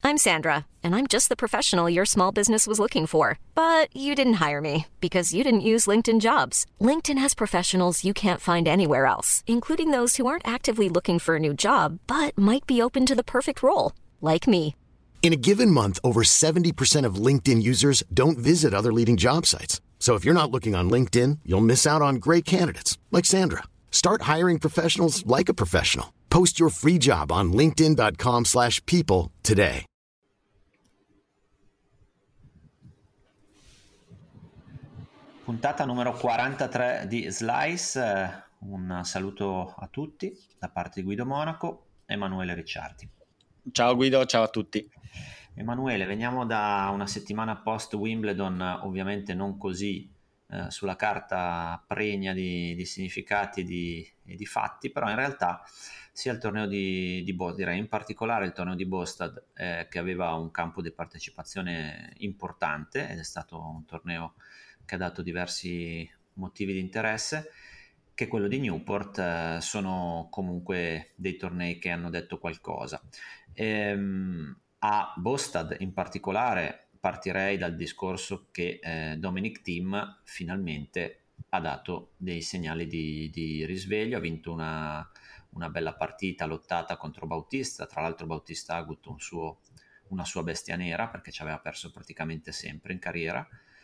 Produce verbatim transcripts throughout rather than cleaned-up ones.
I'm Sandra, and I'm just the professional your small business was looking for. But you didn't hire me because you didn't use LinkedIn Jobs. LinkedIn has professionals you can't find anywhere else, including those who aren't actively looking for a new job, but might be open to the perfect role, like me. In a given month, over seventy percent of LinkedIn users don't visit other leading job sites. So if you're not looking on LinkedIn, you'll miss out on great candidates like Sandra. Start hiring professionals like a professional. Post your free job on linkedin.com slash people today. Puntata numero quarantatré di Slice, un saluto a tutti da parte di Guido Monaco, Emanuele Ricciardi. Ciao Guido, ciao a tutti. Emanuele, veniamo da una settimana post Wimbledon, ovviamente non così eh, sulla carta pregna di, di significati e di, e di fatti, però in realtà sia il torneo di, di Bostad, direi in particolare il torneo di Bostad, eh, che aveva un campo di partecipazione importante ed è stato un torneo che ha dato diversi motivi di interesse, che quello di Newport, eh, sono comunque dei tornei che hanno detto qualcosa. Ehm, a Bostad in particolare partirei dal discorso che eh, Dominic Thiem finalmente ha dato dei segnali di, di risveglio, ha vinto una, una bella partita lottata contro Bautista, tra l'altro Bautista Agut un suo, una sua bestia nera perché ci aveva perso praticamente sempre in carriera,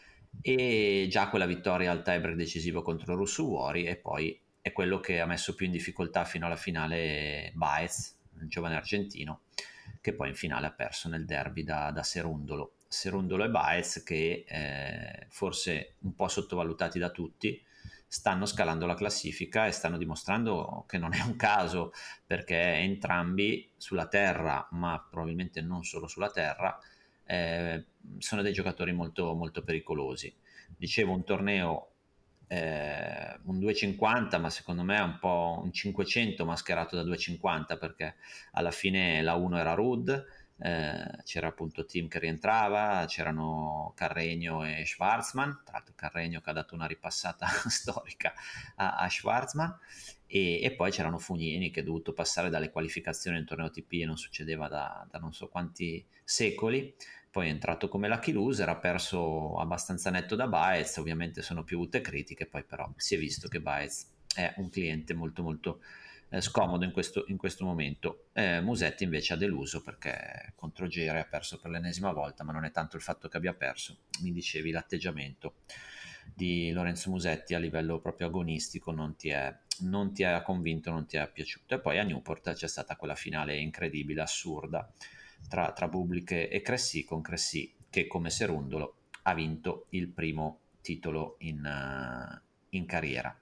e già quella vittoria al tiebreak decisivo contro Ruusuvuori, e poi è quello che ha messo più in difficoltà fino alla finale Baez, il giovane argentino, che poi in finale ha perso nel derby da, da Serundolo. Serundolo e Baez che eh, forse un po' sottovalutati da tutti, stanno scalando la classifica e stanno dimostrando che non è un caso, perché entrambi sulla terra, ma probabilmente non solo sulla terra, eh, sono dei giocatori molto, molto pericolosi. Dicevo un torneo, eh, un due cinquanta, ma secondo me è un po' un cinquecento mascherato da due cinquanta, perché alla fine la uno era Ruud, eh, c'era appunto Thiem che rientrava, c'erano Carreño e Schwartzman, tra l'altro Carreño che ha dato una ripassata storica a, a Schwartzman, e, e poi c'erano Fognini che è dovuto passare dalle qualificazioni in torneo A T P e non succedeva da, da non so quanti secoli. Poi è entrato come lucky loser, ha perso abbastanza netto da Baez, ovviamente sono piovute critiche, poi però si è visto che Baez è un cliente molto molto eh, scomodo in questo, in questo momento. eh, Musetti invece ha deluso perché contro Gere ha perso per l'ennesima volta, ma non è tanto il fatto che abbia perso, mi dicevi l'atteggiamento di Lorenzo Musetti a livello proprio agonistico non ti è, non ti ha convinto, non ti è piaciuto. E poi a Newport c'è stata quella finale incredibile, assurda, tra, tra Bublik e Cressy, con Cressy che come Serundolo ha vinto il primo titolo in, uh, in carriera.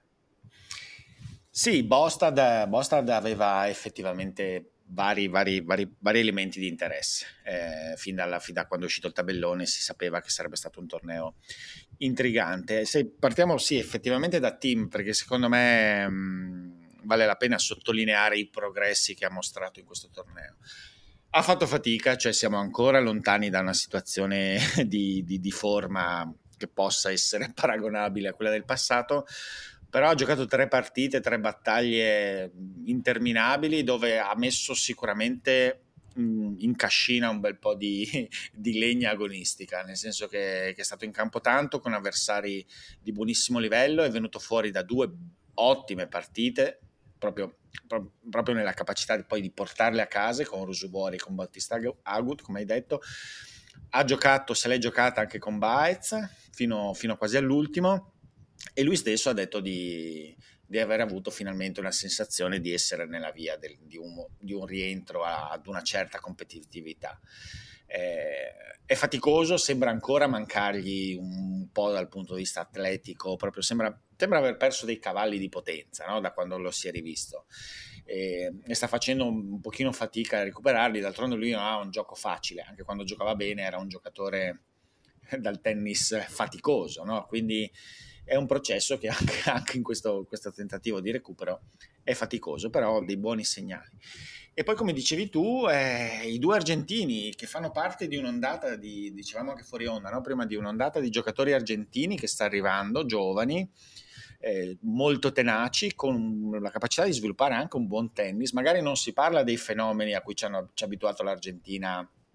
Sì, Bostad, Bostad aveva effettivamente vari, vari, vari, vari elementi di interesse. Eh, fin, dalla, fin da quando è uscito il tabellone si sapeva che sarebbe stato un torneo intrigante. Se partiamo sì effettivamente da Thiem, perché secondo me mh, vale la pena sottolineare i progressi che ha mostrato in questo torneo. Ha fatto fatica, cioè siamo ancora lontani da una situazione di, di, di forma che possa essere paragonabile a quella del passato, però ha giocato tre partite, tre battaglie interminabili dove ha messo sicuramente in cascina un bel po' di, di legna agonistica, nel senso che, che è stato in campo tanto con avversari di buonissimo livello, è venuto fuori da due ottime partite proprio, pro, proprio nella capacità di, poi di portarle a casa con Ruusuvuori e con Bautista Agut, come hai detto. Ha giocato, se l'è giocata anche con Baez fino, fino quasi all'ultimo, e lui stesso ha detto di, di aver avuto finalmente una sensazione di essere nella via del, di, un, di un rientro a, ad una certa competitività. Eh, è faticoso, sembra ancora mancargli un po' dal punto di vista atletico, proprio sembra, sembra aver perso dei cavalli di potenza, no? Da quando lo si è rivisto, e, e sta facendo un pochino fatica a recuperarli. D'altronde lui non ha un gioco facile, anche quando giocava bene era un giocatore dal tennis faticoso, no? Quindi è un processo che anche, anche in questo, questo tentativo di recupero è faticoso, però ha dei buoni segnali. E poi, come dicevi tu, eh, i due argentini che fanno parte di un'ondata di, dicevamo anche fuori onda, no? Prima, di un'ondata di giocatori argentini che sta arrivando, giovani, eh, molto tenaci, con la capacità di sviluppare anche un buon tennis. Magari non si parla dei fenomeni a cui ci ha abituato l'Argentina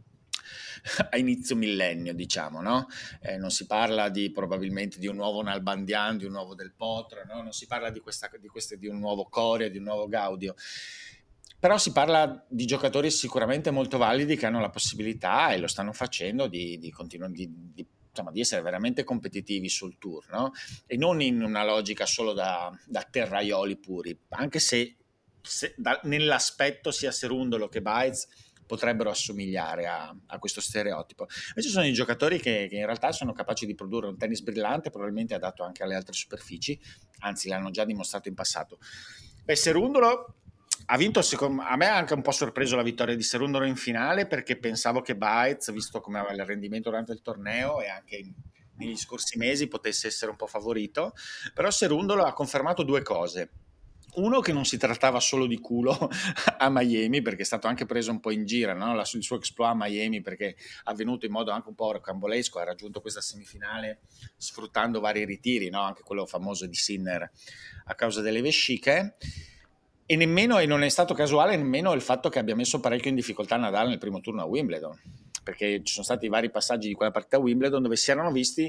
a inizio millennio, diciamo, no? Eh, non si parla di probabilmente di un nuovo Nalbandian, di un nuovo Del Potro, no? Non si parla di, questa, di, queste, di un nuovo Coria, di un nuovo Gaudio, però si parla di giocatori sicuramente molto validi che hanno la possibilità, e lo stanno facendo, di, di, continu- di, di, insomma, di essere veramente competitivi sul tour, no? E non in una logica solo da, da terraioli puri, anche se, se da, nell'aspetto sia Cerundolo che Baez potrebbero assomigliare a, a questo stereotipo. Invece sono i giocatori che, che in realtà sono capaci di produrre un tennis brillante, probabilmente adatto anche alle altre superfici, anzi l'hanno già dimostrato in passato. Beh, Cerundolo ha vinto, secondo a me ha anche un po' sorpreso la vittoria di Cerundolo in finale, perché pensavo che Baez, visto come aveva il rendimento durante il torneo e anche in, negli scorsi mesi, potesse essere un po' favorito, però Cerundolo ha confermato due cose. Uno, che non si trattava solo di culo a Miami, perché è stato anche preso un po' in gira, no? La, il suo exploit a Miami, perché è avvenuto in modo anche un po' rocambolesco, ha raggiunto questa semifinale sfruttando vari ritiri, no? Anche quello famoso di Sinner a causa delle vesciche, e nemmeno, e non è stato casuale nemmeno il fatto che abbia messo parecchio in difficoltà Nadal nel primo turno a Wimbledon, perché ci sono stati vari passaggi di quella partita a Wimbledon dove si erano visti,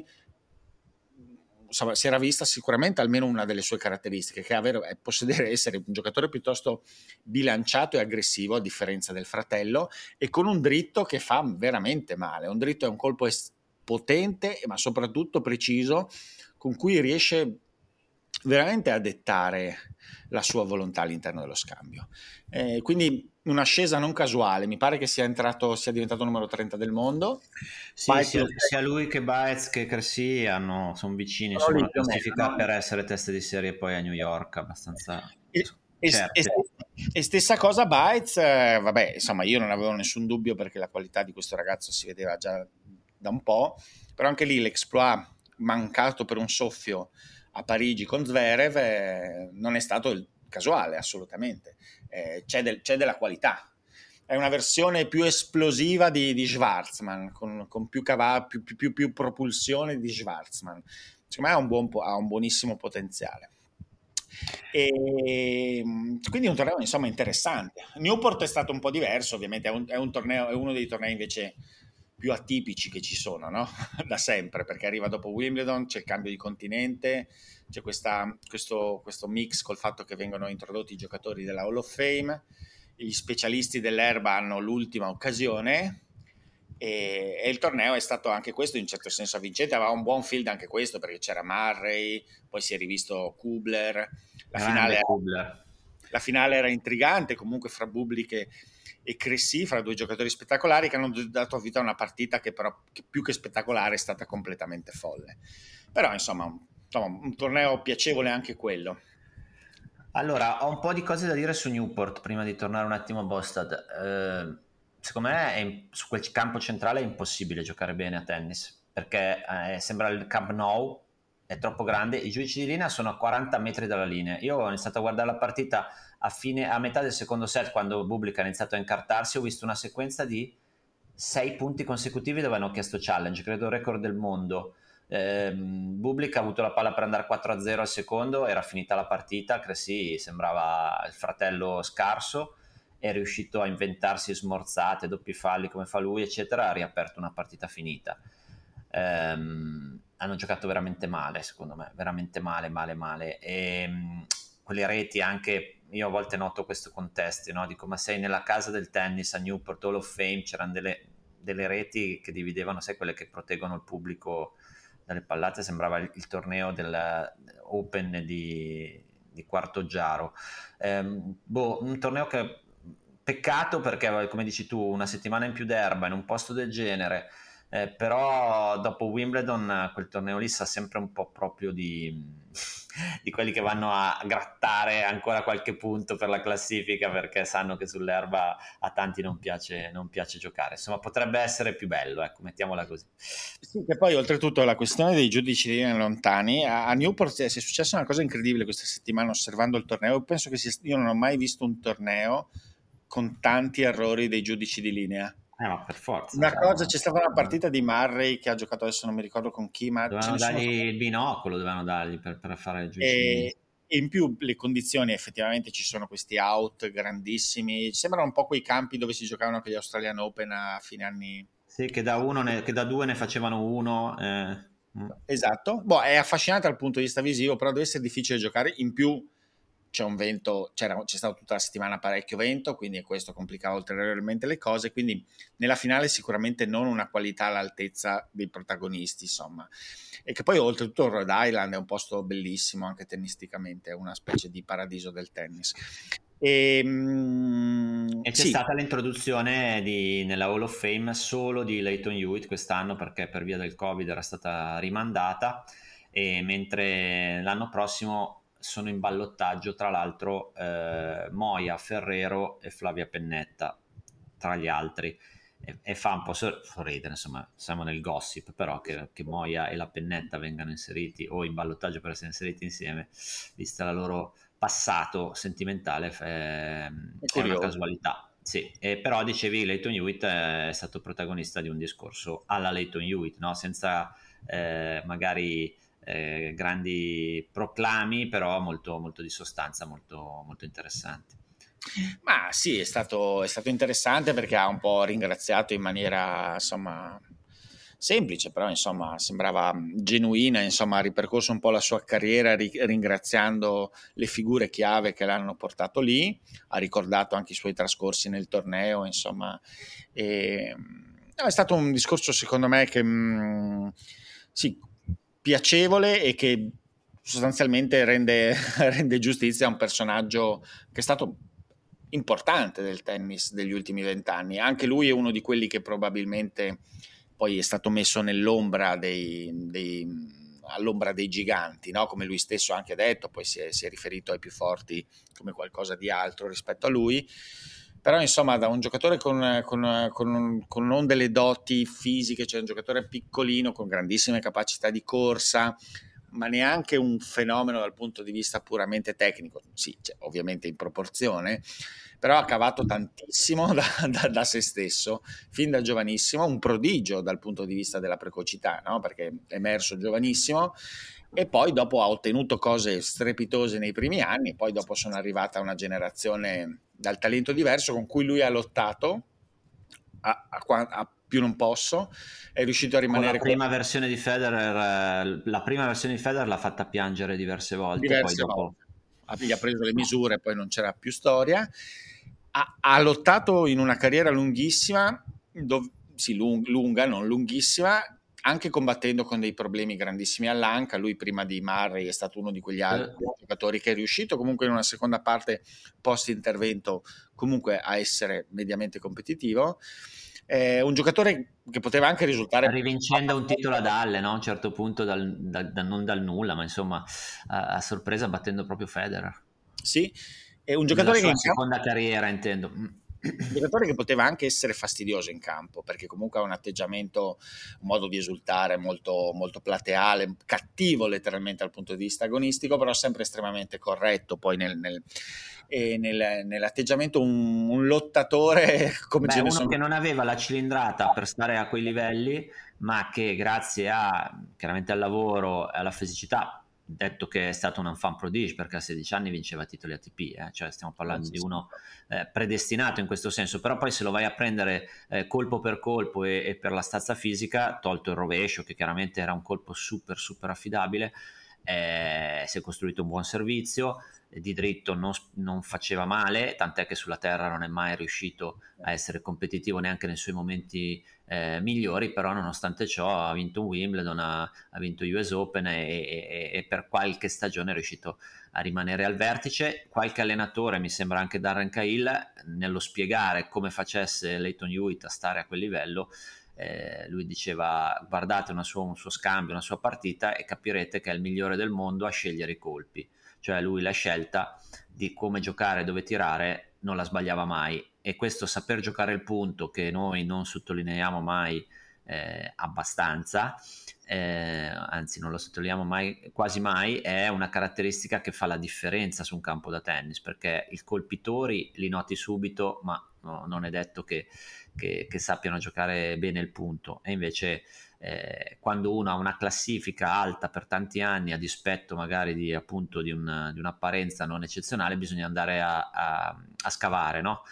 insomma, si era vista sicuramente almeno una delle sue caratteristiche, che è, è possedere, essere un giocatore piuttosto bilanciato e aggressivo, a differenza del fratello, e con un dritto che fa veramente male. Un dritto è un colpo es- potente, ma soprattutto preciso, con cui riesce veramente a dettare la sua volontà all'interno dello scambio. Eh, quindi un'ascesa non casuale, mi pare che sia entrato, sia diventato numero trenta del mondo. Sì, sia, sia lui che Baez che Cressy hanno, sono vicini, insomma, una classifica, no? Per essere testa di serie poi a New York, abbastanza e, certe. E, e stessa cosa Baez, eh, vabbè, insomma, io non avevo nessun dubbio, perché la qualità di questo ragazzo si vedeva già da un po', però anche lì l'exploit mancato per un soffio a Parigi con Zverev eh, non è stato il casuale, assolutamente. Eh, c'è, del, c'è della qualità. È una versione più esplosiva di, di Schwartzman, con, con più, cava, più, più, più, più propulsione di Schwartzman. Secondo me ha un, buon, ha un buonissimo potenziale. E quindi è un torneo, insomma, interessante. Newport è stato un po' diverso, ovviamente, è un, è un torneo, è uno dei tornei invece più atipici che ci sono, no? Da sempre, perché arriva dopo Wimbledon, c'è il cambio di continente, c'è questa, questo, questo mix col fatto che vengono introdotti i giocatori della Hall of Fame, gli specialisti dell'erba hanno l'ultima occasione, e, e il torneo è stato anche questo in un certo senso avvincente. Aveva un buon field anche questo, perché c'era Murray, poi si è rivisto Kubler, la finale, Kubler. la finale era intrigante comunque fra Bublik e e Cressy, fra due giocatori spettacolari che hanno dato vita a una partita che però, che più che spettacolare, è stata completamente folle. Però insomma, insomma un torneo piacevole anche quello. Allora, ho un po' di cose da dire su Newport prima di tornare un attimo a Bostad. Eh, secondo me è in, su quel campo centrale è impossibile giocare bene a tennis, perché eh, sembra il Camp Nou, è troppo grande, i giudici di linea sono a quaranta metri dalla linea. Io ho iniziato a guardare la partita a, fine, a metà del secondo set, quando Bublik ha iniziato a incartarsi, ho visto una sequenza di sei punti consecutivi dove hanno chiesto challenge, credo record del mondo. Eh, Bublik ha avuto la palla per andare quattro a zero al secondo, era finita la partita, Cressy sembrava il fratello scarso, è riuscito a inventarsi smorzate, doppi falli come fa lui, eccetera, ha riaperto una partita finita. Um, hanno giocato veramente male, secondo me, veramente male, male, male. E um, quelle reti, anche io a volte noto questo contesto, no? Dico, ma sei nella casa del tennis a Newport Hall of Fame, c'erano delle, delle reti che dividevano, sai, quelle che proteggono il pubblico dalle pallate, sembrava il, il torneo dell'Open di, di Quartoggiaro. Um, boh, un torneo che peccato, perché come dici tu, una settimana in più d'erba in un posto del genere. Eh, però dopo Wimbledon quel torneo lì sa sempre un po' proprio di, di quelli che vanno a grattare ancora qualche punto per la classifica, perché sanno che sull'erba a tanti non piace, non piace giocare. Insomma, potrebbe essere più bello, ecco, mettiamola così. Sì, che poi oltretutto la questione dei giudici di linea lontani, a, a Newport si è successa una cosa incredibile questa settimana osservando il torneo. Io penso che sia, io non ho mai visto un torneo con tanti errori dei giudici di linea. Eh, ma per forza. Una cosa, c'è stata una partita di Murray che ha giocato, adesso non mi ricordo con chi, ma dovevano dargli sono... il binocolo, dovevano dargli per, per fare il giudice. E, e in più le condizioni, effettivamente ci sono questi out grandissimi, sembrano un po' quei campi dove si giocavano anche gli Australian Open a fine anni Sì, che da, uno ne, che da due ne facevano uno. Eh. Esatto, boh, è affascinante dal punto di vista visivo, però deve essere difficile giocare. In più c'è un vento, c'era, c'è stato tutta la settimana parecchio vento, quindi questo complicava ulteriormente le cose, quindi nella finale sicuramente non una qualità all'altezza dei protagonisti, insomma. E che poi oltretutto Rhode Island è un posto bellissimo anche tennisticamente, è una specie di paradiso del tennis. E, mm, E c'è sì. stata l'introduzione di, nella Hall of Fame solo di Lleyton Hewitt quest'anno, perché per via del Covid era stata rimandata, e mentre l'anno prossimo sono in ballottaggio tra l'altro eh, Moia, Ferrero e Flavia Pennetta tra gli altri, e, e fa un po' sor- sorridere, insomma siamo nel gossip, però che, che Moia e la Pennetta vengano inseriti o in ballottaggio per essere inseriti insieme, vista la loro passato sentimentale, eh, è, è una casualità. Sì, e però dicevi Lleyton Hewitt è stato protagonista di un discorso alla Lleyton Hewitt, no? Senza eh, magari eh, grandi proclami, però molto, molto di sostanza, molto, molto interessante. Ma sì, è stato, è stato interessante perché ha un po' ringraziato in maniera, insomma, semplice, però insomma sembrava genuina, insomma ha ripercorso un po' la sua carriera ri- ringraziando le figure chiave che l'hanno portato lì, ha ricordato anche i suoi trascorsi nel torneo, insomma, e, no, è stato un discorso secondo me che mh, sì, piacevole e che sostanzialmente rende, rende giustizia a un personaggio che è stato importante del tennis degli ultimi vent'anni. Anche lui è uno di quelli che probabilmente poi è stato messo nell'ombra dei, dei, all'ombra dei giganti, no? Come lui stesso ha anche detto, poi si è, si è riferito ai più forti come qualcosa di altro rispetto a lui. Però insomma da un giocatore con, con, con, con non delle doti fisiche, cioè un giocatore piccolino con grandissime capacità di corsa, ma neanche un fenomeno dal punto di vista puramente tecnico, sì, cioè, ovviamente in proporzione, però ha cavato tantissimo da, da, da se stesso, fin da giovanissimo, un prodigio dal punto di vista della precocità, no? Perché è emerso giovanissimo e poi dopo ha ottenuto cose strepitose nei primi anni, poi dopo sono arrivata una generazione dal talento diverso con cui lui ha lottato a, a, a più non posso, è riuscito a rimanere con la prima versione di Federer, la prima versione di Federer l'ha fatta piangere diverse volte, poi diverse dopo volte, gli ha preso le misure, poi non c'era più storia, ha, ha lottato in una carriera lunghissima, dov- sì, lung- lunga, non lunghissima, anche combattendo con dei problemi grandissimi all'anca. Lui prima di Murray è stato uno di quegli altri eh, giocatori che è riuscito comunque in una seconda parte post intervento comunque a essere mediamente competitivo. Eh, un giocatore che poteva anche risultare rivincendo un titolo ad Halle, no? A un certo punto dal, da, da, non dal nulla, ma insomma a, a sorpresa battendo proprio Federer. Sì, è un Nella giocatore che sua in campo seconda carriera, intendo. un giocatore che poteva anche essere fastidioso in campo, perché comunque ha un atteggiamento, un modo di esultare molto, molto plateale, cattivo letteralmente dal punto di vista agonistico, però sempre estremamente corretto poi nel, nel, eh, nel, nell'atteggiamento, un, un lottatore come Beh, ce ne uno sono. che non aveva la cilindrata per stare a quei livelli, ma che grazie a chiaramente al lavoro e alla fisicità, detto che è stato un enfant prodige perché a sedici anni vinceva titoli A T P, eh? Cioè stiamo parlando di uno eh, predestinato in questo senso, però poi se lo vai a prendere eh, colpo per colpo e, e per la stazza fisica, tolto il rovescio che chiaramente era un colpo super super affidabile, eh, si è costruito un buon servizio, di dritto non, non faceva male, tant'è che sulla terra non è mai riuscito a essere competitivo neanche nei suoi momenti eh, migliori, però nonostante ciò ha vinto un Wimbledon, ha, ha vinto U S Open e, e, e per qualche stagione è riuscito a rimanere al vertice. Qualche allenatore, mi sembra anche Darren Cahill, nello spiegare come facesse Lleyton Hewitt a stare a quel livello, eh, lui diceva guardate una sua, un suo scambio, una sua partita e capirete che è il migliore del mondo a scegliere i colpi, cioè lui la scelta di come giocare, dove tirare non la sbagliava mai, e questo saper giocare il punto che noi non sottolineiamo mai eh, abbastanza, eh, anzi non lo sottolineiamo mai, quasi mai, è una caratteristica che fa la differenza su un campo da tennis, perché i colpitori li noti subito, ma no, non è detto che, che, che sappiano giocare bene il punto, e invece eh, quando uno ha una classifica alta per tanti anni a dispetto magari di, appunto, di, un, di un'apparenza non eccezionale, bisogna andare a, a, a scavare, no?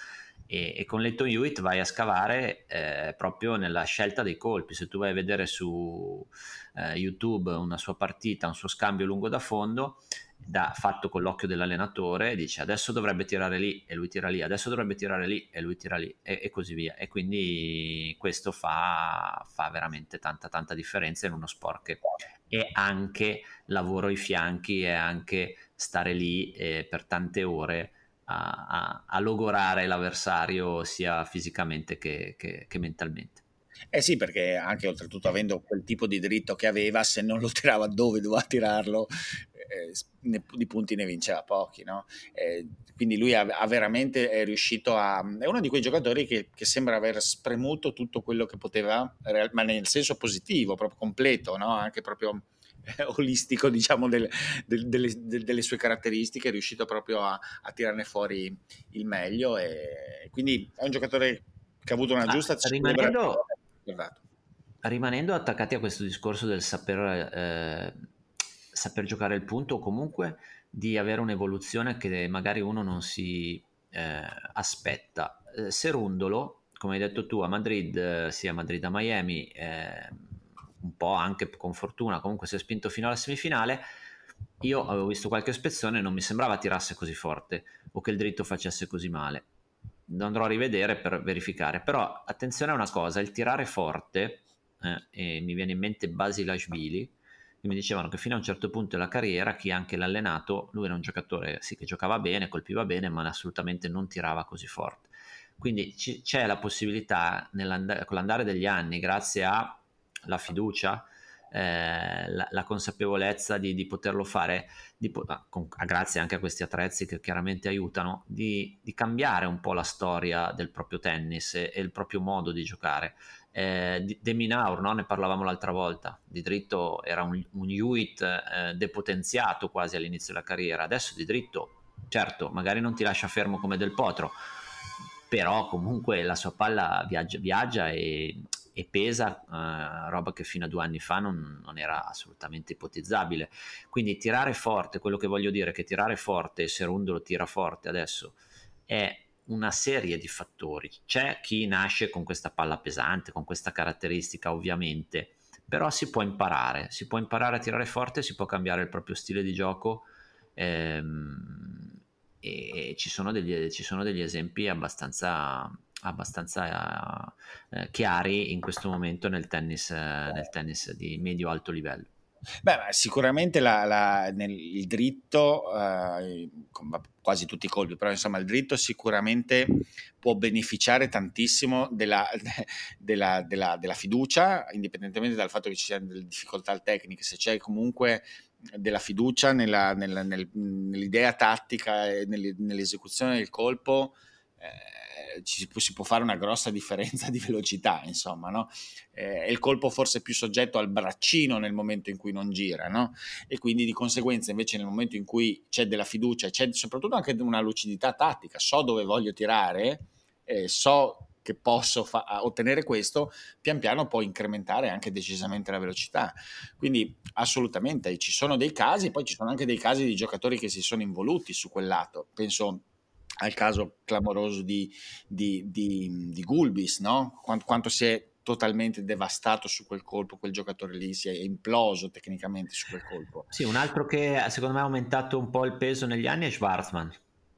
E, e con Lleyton Hewitt vai a scavare eh, proprio nella scelta dei colpi. Se tu vai a vedere su eh, YouTube una sua partita, un suo scambio lungo da fondo, da, fatto con l'occhio dell'allenatore, dice adesso dovrebbe tirare lì e lui tira lì, adesso dovrebbe tirare lì e lui tira lì, e, e così via. E quindi questo fa, fa veramente tanta tanta differenza in uno sport che è anche lavoro ai fianchi, è anche stare lì eh, per tante ore A, a, a logorare l'avversario sia fisicamente che, che, che mentalmente. Eh sì, perché anche oltretutto avendo quel tipo di dritto che aveva, se non lo tirava dove doveva tirarlo, eh, ne, di punti ne vinceva pochi, no? Eh, quindi lui ha, ha veramente è riuscito a... è uno di quei giocatori che, che sembra aver spremuto tutto quello che poteva, ma nel senso positivo, proprio completo, no? Anche proprio olistico, diciamo, del, del, delle, delle sue caratteristiche, è riuscito proprio a, a tirarne fuori il meglio, e quindi è un giocatore che ha avuto una giusta ah, rimanendo, esatto. rimanendo attaccati a questo discorso del saper, eh, saper giocare il punto, o comunque di avere un'evoluzione che magari uno non si eh, aspetta. Eh, Serundolo, come hai detto tu, a Madrid, eh, sia a Madrid a Miami, eh, un po' anche con fortuna, comunque si è spinto fino alla semifinale. Io avevo visto qualche spezzone e non mi sembrava tirasse così forte o che il dritto facesse così male. Andrò a rivedere per verificare, però attenzione a una cosa, il tirare forte, eh, e mi viene in mente Basilashvili, che mi dicevano che fino a un certo punto della carriera chi anche l'ha allenato, lui era un giocatore sì che giocava bene, colpiva bene, ma assolutamente non tirava così forte. Quindi c- c'è la possibilità con l'andare degli anni, grazie alla fiducia, eh, la, la consapevolezza di, di poterlo fare, di, con, grazie anche a questi attrezzi che chiaramente aiutano, di, di cambiare un po' la storia del proprio tennis e, e il proprio modo di giocare. Eh, di, De Minaur, no? Ne parlavamo l'altra volta, di dritto era un, un Hewitt eh, depotenziato quasi all'inizio della carriera, adesso di dritto, certo, magari non ti lascia fermo come Del Potro, però comunque la sua palla viaggia, viaggia e, e pesa, eh, roba che fino a due anni fa non, non era assolutamente ipotizzabile. Quindi tirare forte, quello che voglio dire è che tirare forte, e Serundolo tira forte adesso, è una serie di fattori. C'è chi nasce con questa palla pesante, con questa caratteristica ovviamente, però si può imparare, si può imparare a tirare forte, si può cambiare il proprio stile di gioco, ehm, e ci sono degli, ci sono degli esempi abbastanza, abbastanza eh, chiari in questo momento nel tennis, eh, nel tennis di medio-alto livello. Beh, sicuramente la, la, nel, il dritto, eh, quasi tutti i colpi, però insomma il dritto sicuramente può beneficiare tantissimo della, della, della, della fiducia, indipendentemente dal fatto che ci siano delle difficoltà tecniche. Se c'è comunque della fiducia nella, nella, nel, nell'idea tattica e nell'esecuzione del colpo, eh, ci si può fare una grossa differenza di velocità, insomma, no? Eh, è il colpo forse più soggetto al braccino nel momento in cui non gira, no? E quindi di conseguenza invece nel momento in cui c'è della fiducia, c'è soprattutto anche una lucidità tattica, so dove voglio tirare, eh, so che posso fa- ottenere questo, pian piano può incrementare anche decisamente la velocità. Quindi assolutamente ci sono dei casi, poi ci sono anche dei casi di giocatori che si sono involuti su quel lato. Penso al caso clamoroso di, di, di, di Gulbis, no? Quanto, quanto si è totalmente devastato su quel colpo, quel giocatore lì si è imploso tecnicamente su quel colpo. Sì, un altro che secondo me ha aumentato un po' il peso negli anni è Schwartzman.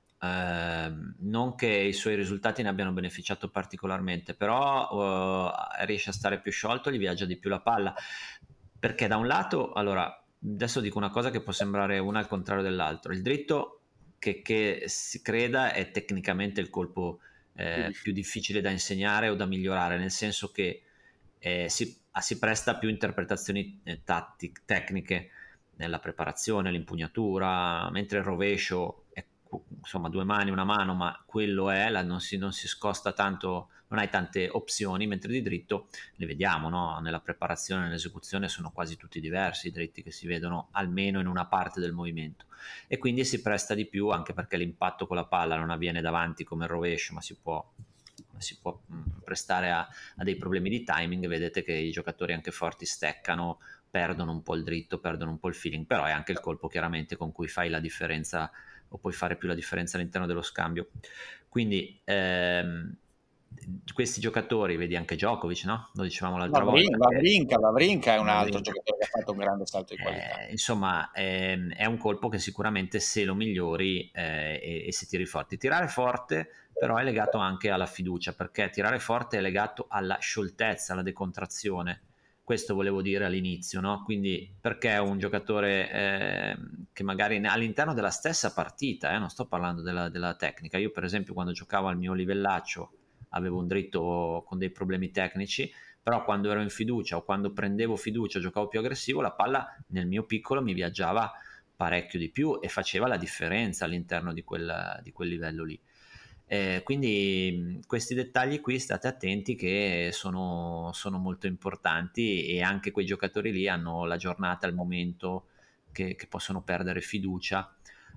Eh, non che i suoi risultati ne abbiano beneficiato particolarmente, però uh, riesce a stare più sciolto, gli viaggia di più la palla, perché da un lato, allora, adesso dico una cosa che può sembrare una al contrario dell'altro, il dritto che, che si creda è tecnicamente il colpo eh, più difficile da insegnare o da migliorare, nel senso che eh, si, si presta a più interpretazioni eh, tattiche, tecniche nella preparazione, l'impugnatura, mentre il rovescio è insomma due mani, una mano, ma quello è, la, non, si, non si scosta tanto, non hai tante opzioni, mentre di dritto le vediamo, no? Nella preparazione, nell'esecuzione sono quasi tutti diversi i dritti che si vedono almeno in una parte del movimento, e quindi si presta di più anche perché l'impatto con la palla non avviene davanti come il rovescio, ma si può si può mh, prestare a, a dei problemi di timing. Vedete che i giocatori anche forti steccano, perdono un po' il dritto, perdono un po' il feeling, però è anche il colpo chiaramente con cui fai la differenza o puoi fare più la differenza all'interno dello scambio. Quindi ehm, questi giocatori, vedi anche Djokovic, no? Lo dicevamo l'altra Vavrin- volta. Vavrinka, Vavrinka è un altro Vavrinka. giocatore che ha fatto un grande salto di qualità. Eh, insomma, ehm, è un colpo che sicuramente se lo migliori eh, e, e se tiri forte. Tirare forte però è legato anche alla fiducia, perché tirare forte è legato alla scioltezza, alla decontrazione. Questo volevo dire all'inizio, no? Quindi perché un giocatore eh, che magari all'interno della stessa partita, eh, non sto parlando della, della tecnica, io per esempio quando giocavo al mio livellaccio avevo un dritto con dei problemi tecnici, però quando ero in fiducia o quando prendevo fiducia, giocavo più aggressivo, la palla nel mio piccolo mi viaggiava parecchio di più e faceva la differenza all'interno di quel, di quel livello lì. Eh, quindi questi dettagli qui state attenti che sono, sono molto importanti, e anche quei giocatori lì hanno la giornata, il momento che, che possono perdere fiducia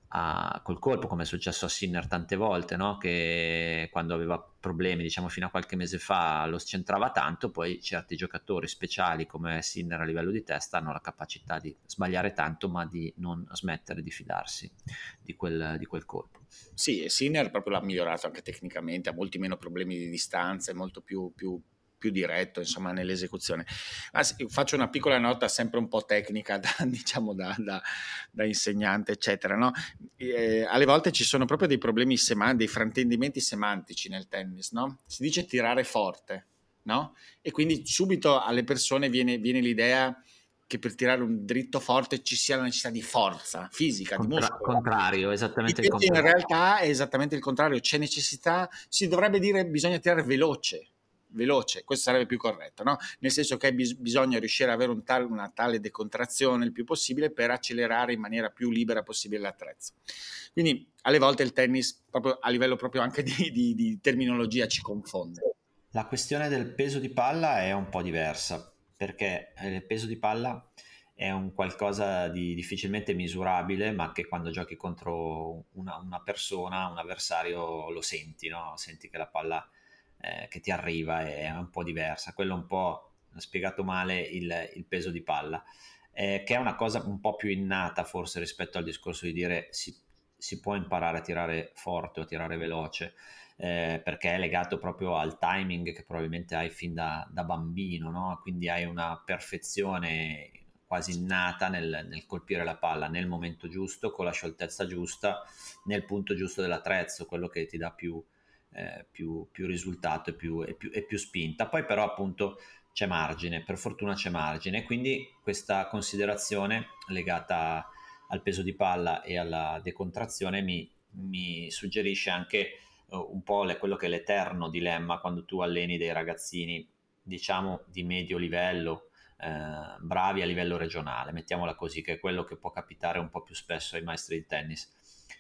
a, col colpo, come è successo a Sinner tante volte, no? Che quando aveva problemi, diciamo fino a qualche mese fa, lo scentrava tanto, poi certi giocatori speciali come Sinner a livello di testa hanno la capacità di sbagliare tanto ma di non smettere di fidarsi di quel, di quel colpo. Sì, e Sinner proprio l'ha migliorato anche tecnicamente, ha molti meno problemi di distanza, è molto più, più, più diretto, insomma, nell'esecuzione. Ma sì, faccio una piccola nota sempre un po' tecnica, da, diciamo da, da, da insegnante, eccetera, no? Eh, alle volte ci sono proprio dei problemi semantici, dei fraintendimenti semantici nel tennis, no? Si dice tirare forte, no? E quindi subito alle persone viene, viene l'idea che per tirare un dritto forte ci sia la necessità di forza fisica, di Contra- muscolo. contrario, esattamente il Invece in contrario. realtà è esattamente il contrario, c'è necessità, si dovrebbe dire bisogna tirare veloce, veloce, questo sarebbe più corretto, no? Nel senso che bis- bisogna riuscire ad avere un tal- una tale decontrazione il più possibile per accelerare in maniera più libera possibile l'attrezzo. Quindi alle volte il tennis, proprio a livello proprio anche di, di, di terminologia, ci confonde. La questione del peso di palla è un po' diversa, perché il peso di palla è un qualcosa di difficilmente misurabile, ma che quando giochi contro una, una persona, un avversario, lo senti, no? Senti che la palla eh, che ti arriva è un po' diversa. Quello un po' ha spiegato male il, il peso di palla, eh, che è una cosa un po' più innata forse rispetto al discorso di dire si, si può imparare a tirare forte o a tirare veloce. Eh, perché è legato proprio al timing che probabilmente hai fin da, da bambino, no? Quindi hai una perfezione quasi innata nel, nel colpire la palla nel momento giusto, con la scioltezza giusta, nel punto giusto dell'attrezzo, quello che ti dà più, eh, più, più risultato e più, e, più, e più spinta. Poi però appunto c'è margine, per fortuna c'è margine, quindi questa considerazione legata al peso di palla e alla decontrazione mi, mi suggerisce anche un po' le, quello che è l'eterno dilemma quando tu alleni dei ragazzini, diciamo di medio livello, eh, bravi a livello regionale, mettiamola così, che è quello che può capitare un po' più spesso ai maestri di tennis.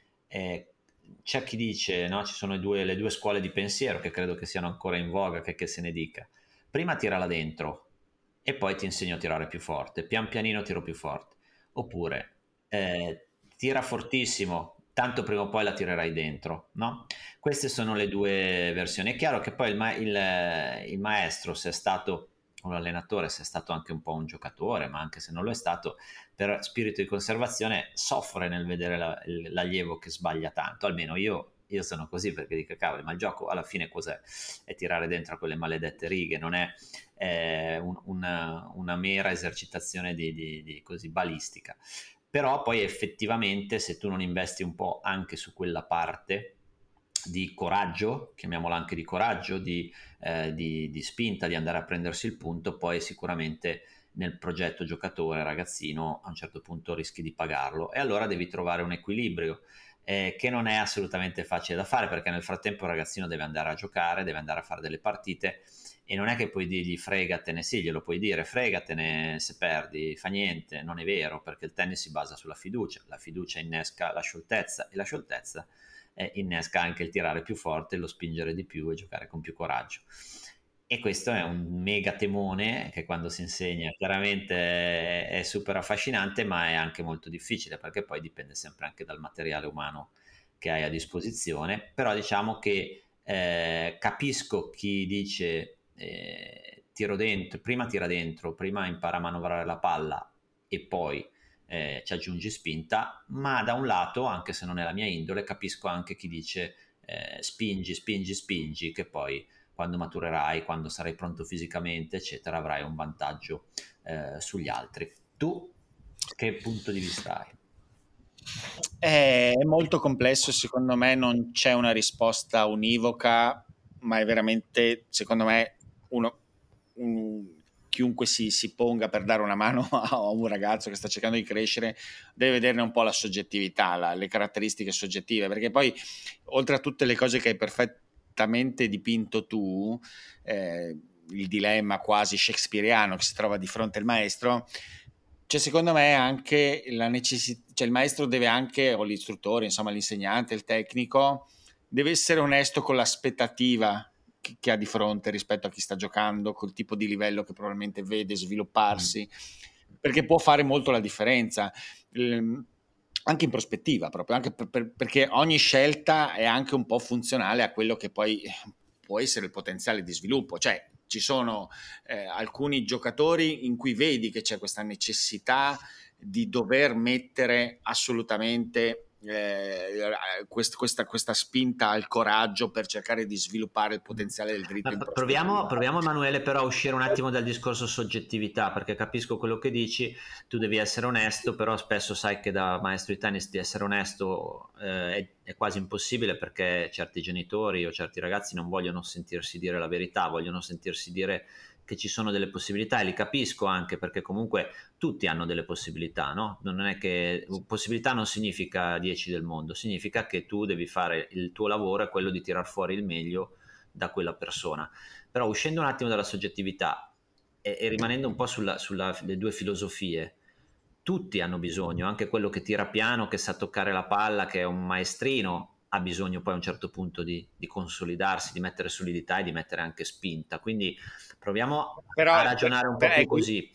Eh, c'è chi dice, no, ci sono due, le due scuole di pensiero che credo che siano ancora in voga, che, che se ne dica. Prima tirala dentro e poi ti insegno a tirare più forte, pian pianino tiro più forte. Oppure eh, tira fortissimo, tanto prima o poi la tirerai dentro, no? Queste sono le due versioni. È chiaro che poi il, ma- il, il maestro, se è stato un allenatore, se è stato anche un po' un giocatore, ma anche se non lo è stato, per spirito di conservazione soffre nel vedere la, l'allievo che sbaglia tanto. Almeno io, io sono così, perché dico cavoli, ma il gioco alla fine cos'è? È tirare dentro a quelle maledette righe, non è eh, un, una, una mera esercitazione di, di, di così balistica. Però poi effettivamente se tu non investi un po' anche su quella parte di coraggio, chiamiamola anche di coraggio, di, eh, di, di spinta, di andare a prendersi il punto, poi sicuramente nel progetto giocatore ragazzino a un certo punto rischi di pagarlo, e allora devi trovare un equilibrio eh, che non è assolutamente facile da fare, perché nel frattempo il ragazzino deve andare a giocare, deve andare a fare delle partite, e non è che puoi dirgli fregatene, sì, glielo puoi dire, fregatene se perdi, fa niente, non è vero, perché il tennis si basa sulla fiducia, la fiducia innesca la scioltezza, e la scioltezza eh, innesca anche il tirare più forte, lo spingere di più e giocare con più coraggio. E questo è un mega temone che quando si insegna chiaramente è super affascinante, ma è anche molto difficile, perché poi dipende sempre anche dal materiale umano che hai a disposizione. Però diciamo che eh, capisco chi dice eh, tiro dentro, prima tira dentro, prima impara a manovrare la palla e poi eh, ci aggiungi spinta, ma da un lato, anche se non è la mia indole, capisco anche chi dice eh, spingi, spingi, spingi, che poi quando maturerai, quando sarai pronto fisicamente, eccetera, avrai un vantaggio eh, sugli altri. Tu che punto di vista hai? È molto complesso, secondo me non c'è una risposta univoca, ma è veramente, secondo me, uno, un, chiunque si, si ponga per dare una mano a un ragazzo che sta cercando di crescere deve vederne un po' la soggettività, la, le caratteristiche soggettive, perché poi oltre a tutte le cose che hai perfettamente dipinto tu, eh, il dilemma quasi shakespeariano che si trova di fronte al maestro, c'è secondo me anche la necessità, cioè il maestro deve anche, o l'istruttore, insomma l'insegnante, il tecnico, deve essere onesto con l'aspettativa che, che ha di fronte rispetto a chi sta giocando, col tipo di livello che probabilmente vede svilupparsi, mm. perché può fare molto la differenza, ehm, anche in prospettiva proprio, anche per, per, perché ogni scelta è anche un po' funzionale a quello che poi può essere il potenziale di sviluppo, cioè ci sono eh, alcuni giocatori in cui vedi che c'è questa necessità di dover mettere assolutamente eh, quest, questa, questa spinta al coraggio per cercare di sviluppare il potenziale del dritto in prospettiva. Proviamo, proviamo Emanuele però a uscire un attimo dal discorso soggettività, perché capisco quello che dici, tu devi essere onesto, però spesso sai che da maestro di tennis di essere onesto eh, è, è quasi impossibile, perché certi genitori o certi ragazzi non vogliono sentirsi dire la verità, vogliono sentirsi dire che ci sono delle possibilità, e li capisco anche perché comunque tutti hanno delle possibilità, no? Non è che possibilità non significa dieci del mondo, significa che tu devi fare il tuo lavoro, è quello di tirar fuori il meglio da quella persona. Però uscendo un attimo dalla soggettività e, e rimanendo un po' sulla, sulla le due filosofie, tutti hanno bisogno, anche quello che tira piano, che sa toccare la palla, che è un maestrino, ha bisogno poi a un certo punto di, di consolidarsi, di mettere solidità e di mettere anche spinta. Quindi proviamo Però, a ragionare un po' beh, più così.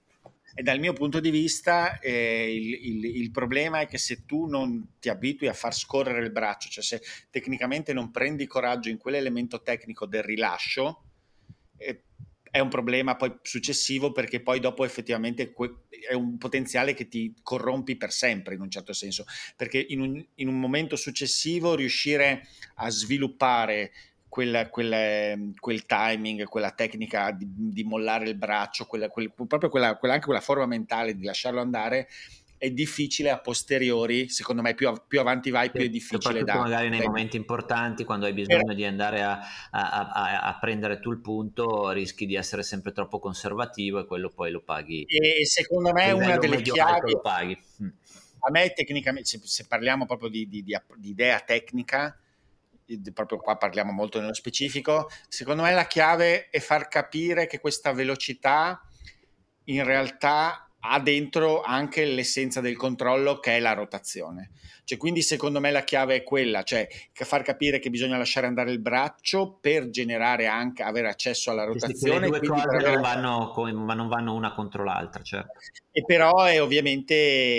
E dal mio punto di vista eh, il, il, il problema è che se tu non ti abitui a far scorrere il braccio, cioè se tecnicamente non prendi coraggio in quell'elemento tecnico del rilascio, eh, è un problema poi successivo, perché poi dopo effettivamente è un potenziale che ti corrompi per sempre in un certo senso, perché in un, in un momento successivo riuscire a sviluppare Quel, quel, quel timing, quella tecnica di, di mollare il braccio, quella, quel, proprio quella, quella, anche quella forma mentale di lasciarlo andare, è difficile a posteriori, secondo me più, più avanti vai più è difficile soprattutto da... magari nei momenti importanti, quando hai bisogno Però, di andare a, a, a, a prendere tu il punto, rischi di essere sempre troppo conservativo e quello poi lo paghi. E secondo me una delle chiavi... Lo paghi. A me tecnicamente, se, se parliamo proprio di, di, di, di idea tecnica, proprio qua parliamo molto nello specifico, secondo me la chiave è far capire che questa velocità in realtà ha dentro anche l'essenza del controllo, che è la rotazione. Cioè, quindi secondo me la chiave è quella, cioè far capire che bisogna lasciare andare il braccio per generare anche, avere accesso alla rotazione. Le due cose avere... non, vanno, non vanno una contro l'altra, certo. E però è ovviamente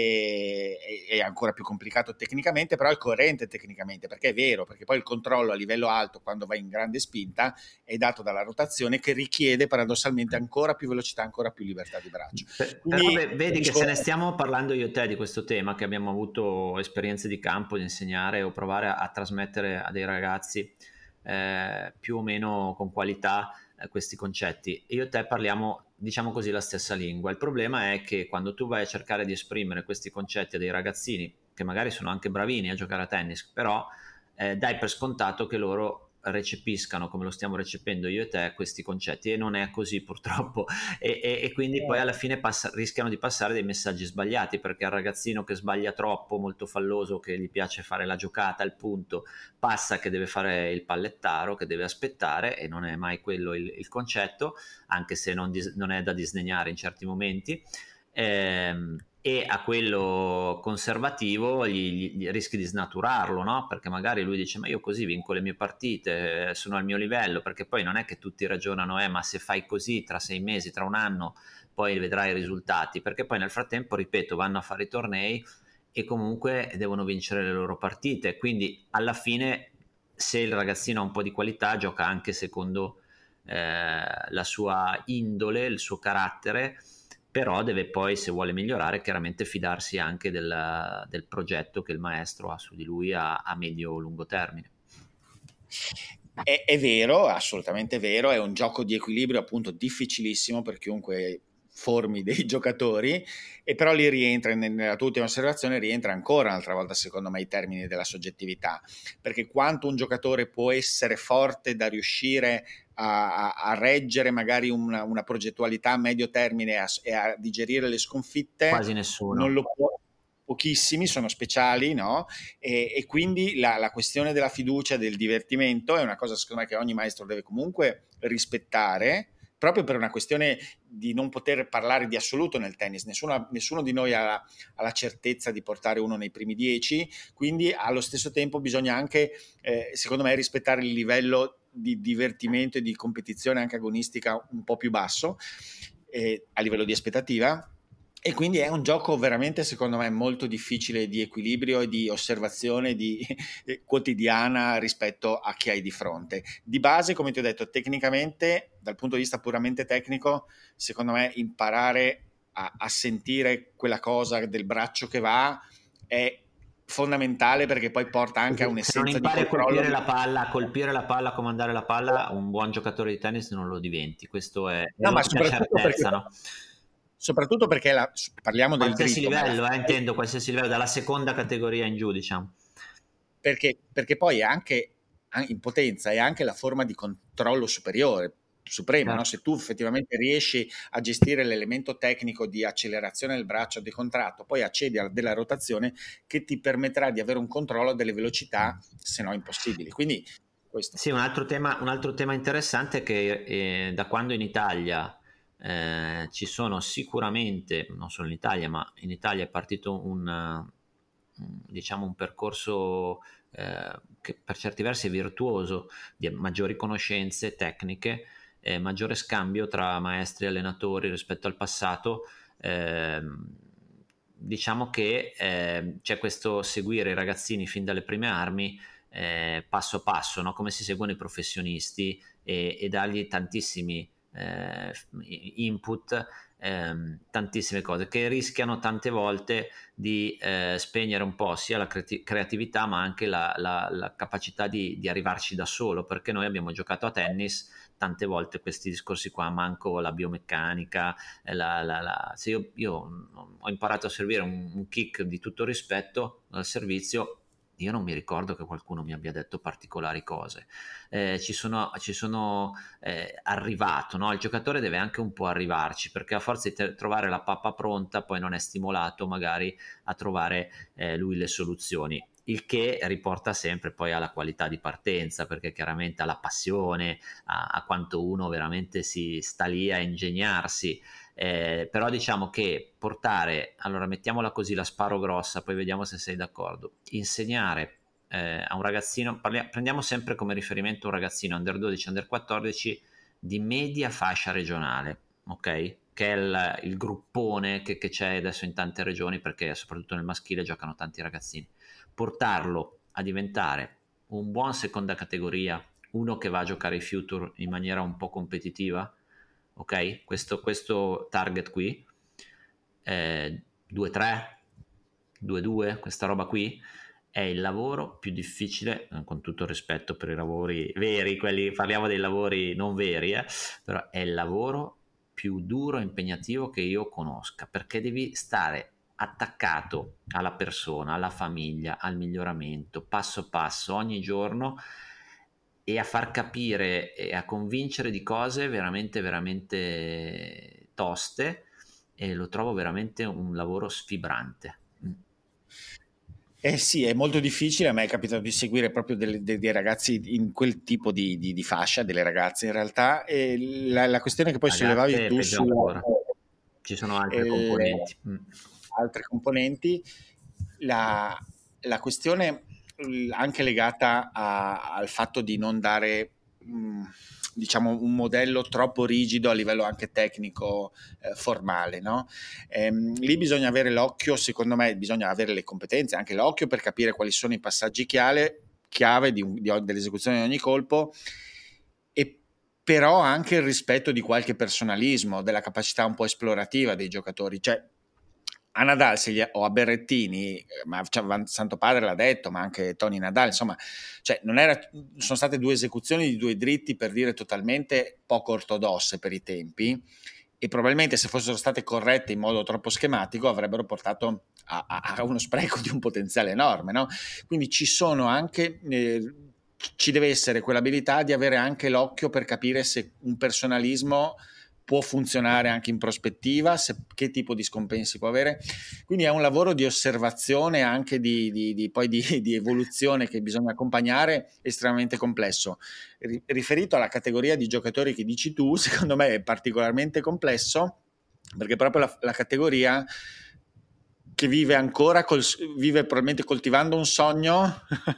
è, è ancora più complicato tecnicamente, però è coerente tecnicamente, perché è vero, perché poi il controllo a livello alto, quando vai in grande spinta, è dato dalla rotazione, che richiede paradossalmente ancora più velocità, ancora più libertà di braccio. Quindi, però vedi che se ne stiamo parlando io e te di questo tema, che abbiamo avuto esperienze di campo, di insegnare o provare a, a trasmettere a dei ragazzi eh, più o meno con qualità eh, questi concetti, io e te parliamo, diciamo così, la stessa lingua. Il problema è che quando tu vai a cercare di esprimere questi concetti a dei ragazzini che magari sono anche bravini a giocare a tennis, però eh, dai per scontato che loro recepiscano, come lo stiamo recependo io e te, questi concetti, e non è così purtroppo, e, e, e quindi poi alla fine passa, rischiano di passare dei messaggi sbagliati, perché al ragazzino che sbaglia troppo, molto falloso, che gli piace fare la giocata, il punto, passa che deve fare il pallettaro, che deve aspettare, e non è mai quello il, il concetto, anche se non, dis, non è da disdegnare in certi momenti. Ehm, e a quello conservativo gli, gli rischi di snaturarlo, no? Perché magari lui dice: ma io così vinco le mie partite, sono al mio livello, perché poi non è che tutti ragionano eh, ma se fai così tra sei mesi, tra un anno poi vedrai i risultati, perché poi nel frattempo, ripeto, vanno a fare i tornei e comunque devono vincere le loro partite, quindi alla fine se il ragazzino ha un po' di qualità gioca anche secondo eh, la sua indole, il suo carattere, però deve poi, se vuole migliorare, chiaramente fidarsi anche del, del progetto che il maestro ha su di lui a, a medio-lungo termine. È, è vero, assolutamente vero, è un gioco di equilibrio appunto difficilissimo per chiunque formi dei giocatori, e però lì rientra, nella tua ultima osservazione, rientra ancora un'altra volta secondo me i termini della soggettività, perché quanto un giocatore può essere forte da riuscire a, a, a reggere magari una, una progettualità a medio termine a, e a digerire le sconfitte, quasi nessuno. Non lo può. Pochissimi sono speciali, no? E, e quindi la, la questione della fiducia, del divertimento è una cosa secondo me che ogni maestro deve comunque rispettare, proprio per una questione di non poter parlare di assoluto nel tennis. Nessuno, nessuno di noi ha, ha la certezza di portare uno nei primi dieci, quindi allo stesso tempo bisogna anche, eh, secondo me, rispettare il livello di divertimento e di competizione anche agonistica un po' più basso, eh, a livello di aspettativa. E quindi è un gioco veramente, secondo me, molto difficile di equilibrio e di osservazione di, eh, quotidiana rispetto a chi hai di fronte. Di base, come ti ho detto, tecnicamente, dal punto di vista puramente tecnico, secondo me imparare a, a sentire quella cosa del braccio che va è fondamentale, perché poi porta anche a un'essenza di controllo. Se non impari a colpire la palla, a colpire la palla, a comandare la palla, un buon giocatore di tennis non lo diventi. Questo è, è no, ma soprattutto certezza, perché... no? Soprattutto perché la, parliamo del qualsiasi dritto, livello, la... eh, intendo qualsiasi livello, dalla seconda categoria in giù, diciamo. Perché, perché poi è anche in potenza, è anche la forma di controllo superiore, supremo, certo. No? Se tu effettivamente riesci a gestire l'elemento tecnico di accelerazione del braccio, di contratto, poi accedi a della rotazione che ti permetterà di avere un controllo delle velocità, se no impossibili. Quindi questo. Sì, un altro tema, un altro tema interessante è che eh, da quando in Italia Eh, ci sono sicuramente, non solo in Italia, ma in Italia è partito un, un diciamo un percorso eh, che per certi versi è virtuoso, di maggiori conoscenze tecniche, eh, maggiore scambio tra maestri e allenatori rispetto al passato. Eh, diciamo che eh, c'è questo seguire i ragazzini fin dalle prime armi, eh, passo a passo, no? Come si seguono i professionisti, e, e dargli tantissimi Eh, input, ehm, tantissime cose che rischiano tante volte di eh, spegnere un po' sia la creati- creatività ma anche la, la, la capacità di, di arrivarci da solo, perché noi abbiamo giocato a tennis tante volte questi discorsi qua, manco la biomeccanica, la, la, la, se io, io ho imparato a servire un, un kick di tutto rispetto al servizio, io non mi ricordo che qualcuno mi abbia detto particolari cose. Eh, ci sono, ci sono eh, arrivato, no? Il giocatore deve anche un po' arrivarci, perché a forza di te- trovare la pappa pronta poi non è stimolato magari a trovare eh, lui le soluzioni, il che riporta sempre poi alla qualità di partenza, perché chiaramente alla passione, a, a quanto uno veramente si sta lì a ingegnarsi. Eh, però diciamo che portare, allora mettiamola così, la sparo grossa, poi vediamo se sei d'accordo, insegnare eh, a un ragazzino, parliamo, prendiamo sempre come riferimento un ragazzino under dodici, under quattordici di media fascia regionale, ok? Che è il, il gruppone che, che c'è adesso in tante regioni, perché soprattutto nel maschile giocano tanti ragazzini. Portarlo a diventare un buon seconda categoria, uno che va a giocare i future in maniera un po' competitiva, ok? Questo, questo target qui, eh, due tre, due due, questa roba qui è il lavoro più difficile, con tutto il rispetto per i lavori veri, quelli, parliamo dei lavori non veri, eh, però è il lavoro più duro e impegnativo che io conosca, perché devi stare attaccato alla persona, alla famiglia, al miglioramento, passo passo, ogni giorno, e a far capire e a convincere di cose veramente veramente toste, e lo trovo veramente un lavoro sfibrante. Eh sì, è molto difficile. A me è capitato di seguire proprio dei, dei, dei ragazzi in quel tipo di, di, di fascia, delle ragazze in realtà, e la, la questione che poi Ragazze, sollevavi tu peggio su ancora. Ci sono altre eh, componenti. Mm. altre componenti, la, la questione anche legata a, al fatto di non dare mh, diciamo un modello troppo rigido a livello anche tecnico eh, formale, no? Ehm, lì bisogna avere l'occhio, secondo me bisogna avere le competenze, anche l'occhio per capire quali sono i passaggi chiave, chiave di, di, dell'esecuzione di ogni colpo, e però anche il rispetto di qualche personalismo, della capacità un po' esplorativa dei giocatori. Cioè, a Nadal se gli, o a Berrettini, ma cioè, Santo Padre l'ha detto, ma anche Tony Nadal, insomma, cioè, non era, sono state due esecuzioni di due dritti, per dire, totalmente poco ortodosse per i tempi, e probabilmente se fossero state corrette in modo troppo schematico avrebbero portato a, a, a uno spreco di un potenziale enorme, no? Quindi ci sono anche... Eh, ci deve essere quell'abilità di avere anche l'occhio per capire se un personalismo può funzionare anche in prospettiva, se, che tipo di scompensi può avere. Quindi è un lavoro di osservazione, anche di, di, di, poi di, di evoluzione, che bisogna accompagnare, estremamente complesso. Riferito alla categoria di giocatori che dici tu, secondo me è particolarmente complesso, perché proprio la, la categoria che vive ancora, col, vive probabilmente coltivando un sogno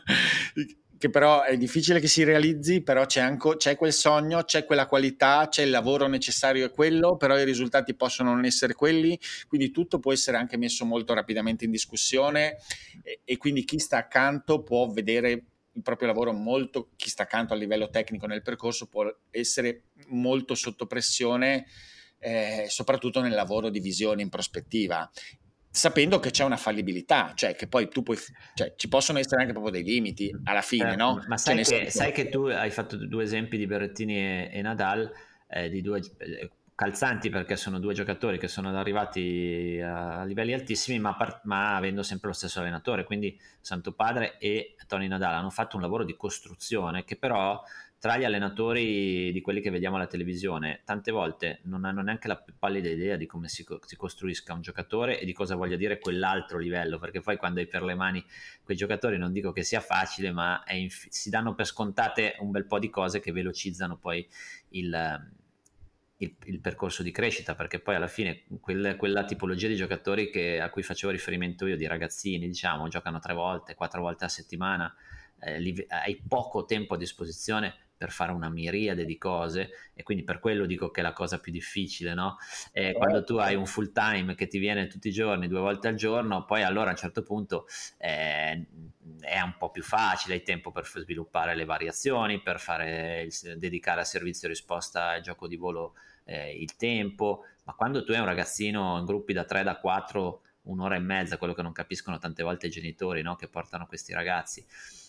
che però è difficile che si realizzi, però c'è, anche, c'è quel sogno, c'è quella qualità, c'è il lavoro necessario, è quello, però i risultati possono non essere quelli, quindi tutto può essere anche messo molto rapidamente in discussione, e, e quindi chi sta accanto può vedere il proprio lavoro molto, chi sta accanto a livello tecnico nel percorso può essere molto sotto pressione, eh, soprattutto nel lavoro di visione in prospettiva, sapendo che c'è una fallibilità, cioè che poi tu puoi, cioè ci possono essere anche proprio dei limiti alla fine, eh, no? Ma cioè, sai, che, senso... sai che tu hai fatto due esempi di Berrettini e, e Nadal, eh, di due eh, calzanti, perché sono due giocatori che sono arrivati a, a livelli altissimi, ma, par- ma avendo sempre lo stesso allenatore, quindi Santo Padre e Tony Nadal hanno fatto un lavoro di costruzione che però tra gli allenatori di quelli che vediamo alla televisione tante volte non hanno neanche la più pallida idea di come si, co- si costruisca un giocatore e di cosa voglia dire quell'altro livello, perché poi quando hai per le mani quei giocatori non dico che sia facile, ma è inf- si danno per scontate un bel po' di cose che velocizzano poi il, il, il percorso di crescita, perché poi alla fine quel, quella tipologia di giocatori che, a cui facevo riferimento io, di ragazzini, diciamo, giocano tre volte, quattro volte a settimana, eh, li, hai poco tempo a disposizione per fare una miriade di cose, e quindi per quello dico che è la cosa più difficile, no? Eh, quando tu hai un full time che ti viene tutti i giorni, due volte al giorno, poi allora a un certo punto eh, è un po' più facile, hai tempo per sviluppare le variazioni, per fare il, dedicare a servizio risposta al gioco di volo eh, il tempo, ma quando tu hai un ragazzino in gruppi da tre, da quattro, un'ora e mezza, quello che non capiscono tante volte i genitori, no? Che portano questi ragazzi,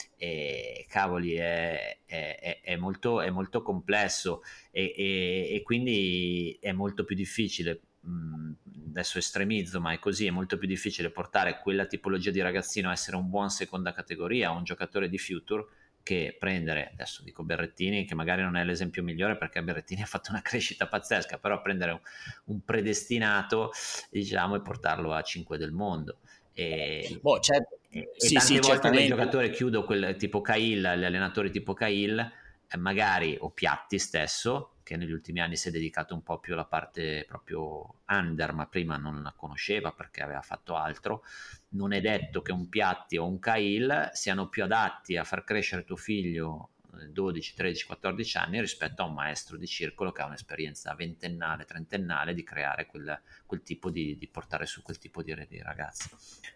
e cavoli è, è, è, molto, è molto complesso, e, e, e quindi è molto più difficile, mh, adesso estremizzo ma è così, è molto più difficile portare quella tipologia di ragazzino a essere un buon seconda categoria, un giocatore di future, che prendere, adesso dico Berrettini che magari non è l'esempio migliore perché Berrettini ha fatto una crescita pazzesca, però prendere un, un predestinato, diciamo, e portarlo a cinque del mondo. E, boh, certo. e, e Sì, tante sì, volte quel certamente. giocatore, chiudo, quel tipo Cahill, gli allenatori tipo Cahill, eh, magari, o Piatti stesso, che negli ultimi anni si è dedicato un po' più alla parte proprio under, ma prima non la conosceva perché aveva fatto altro. Non è detto che un Piatti o un Cahill siano più adatti a far crescere tuo figlio dodici, tredici, quattordici anni rispetto a un maestro di circolo che ha un'esperienza ventennale, trentennale di creare quel, quel tipo di, di portare su quel tipo di, di ragazzi.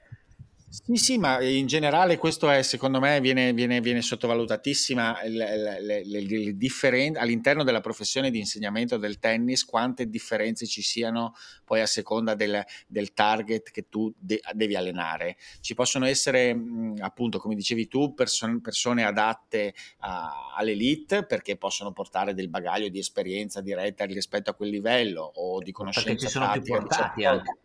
Sì, sì, ma in generale questo è, secondo me, viene, viene, viene sottovalutatissima le, le, le, le differen- all'interno della professione di insegnamento del tennis, quante differenze ci siano poi a seconda del, del target che tu de- devi allenare. Ci possono essere, mh, appunto, come dicevi tu, perso- persone adatte a, all'elite perché possono portare del bagaglio di esperienza diretta rispetto a quel livello o di Perché ci conoscenza sono più pratica. portati Diciamo. anche.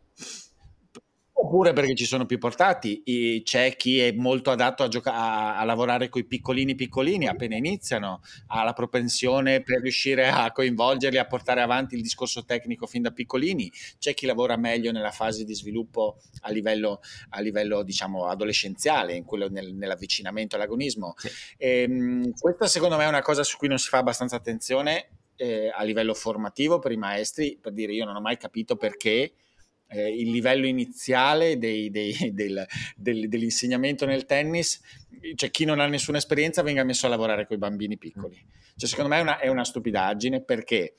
Oppure perché ci sono più portati, e c'è chi è molto adatto a, gioca- a, a lavorare con i piccolini piccolini appena iniziano, ha la propensione per riuscire a coinvolgerli, a portare avanti il discorso tecnico fin da piccolini, c'è chi lavora meglio nella fase di sviluppo a livello, a livello diciamo adolescenziale, in quello nel, nell'avvicinamento all'agonismo. Sì. E, questa secondo me è una cosa su cui non si fa abbastanza attenzione eh, a livello formativo per i maestri, per dire io non ho mai capito perché Eh, il livello iniziale dei, dei, del, del, dell'insegnamento nel tennis, cioè chi non ha nessuna esperienza venga messo a lavorare con i bambini piccoli. Cioè, secondo me è una, è una stupidaggine perché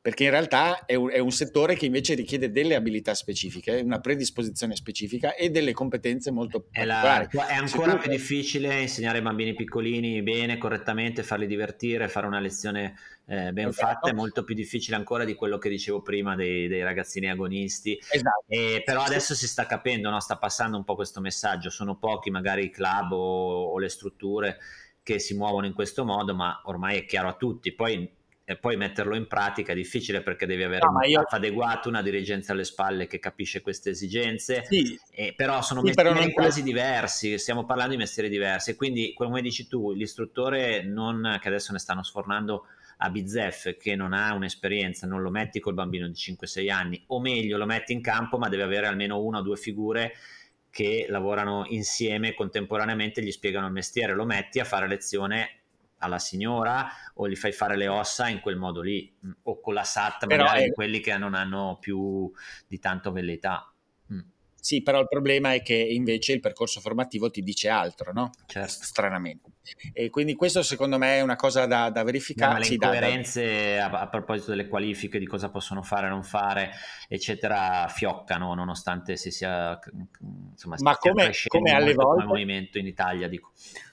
perché in realtà è un, è un settore che invece richiede delle abilità specifiche, una predisposizione specifica e delle competenze molto È, la, particolari. è Se ancora tu- più difficile insegnare ai bambini piccolini bene, correttamente, farli divertire, fare una lezione eh, ben fatta, Esatto. è molto più difficile ancora di quello che dicevo prima dei, dei ragazzini agonisti. Esatto. Eh, però Sì, adesso sì. si sta capendo, no? Sta passando un po' questo messaggio, sono pochi magari i club o, o le strutture che si muovono in questo modo, ma ormai è chiaro a tutti. Poi, e poi metterlo in pratica è difficile perché devi avere No, uno ma io staff adeguato, una dirigenza alle spalle che capisce queste esigenze, sì, eh, però sono sì, però non mestieri te lo- quasi diversi, stiamo parlando di mestieri diversi, quindi come dici tu, l'istruttore non, che adesso ne stanno sfornando a bizzeffe, che non ha un'esperienza, non lo metti col bambino di cinque sei anni, o meglio lo metti in campo ma deve avere almeno una o due figure che lavorano insieme contemporaneamente, gli spiegano il mestiere, lo metti a fare lezione alla signora o gli fai fare le ossa in quel modo lì, o con la S A T però magari è, di quelli che non hanno più di tanto velleità. Mm, Sì, però il problema è che invece il percorso formativo ti dice altro, no? certo. Stranamente. E quindi questo secondo me è una cosa da, da Beh, ma verificare. le Sì, da, da- incoerenze a, a proposito delle qualifiche, di cosa possono fare, non fare, eccetera, fioccano nonostante si sia, insomma, Ma stia come, come crescendo alle molto come volte, movimento in Italia, dico.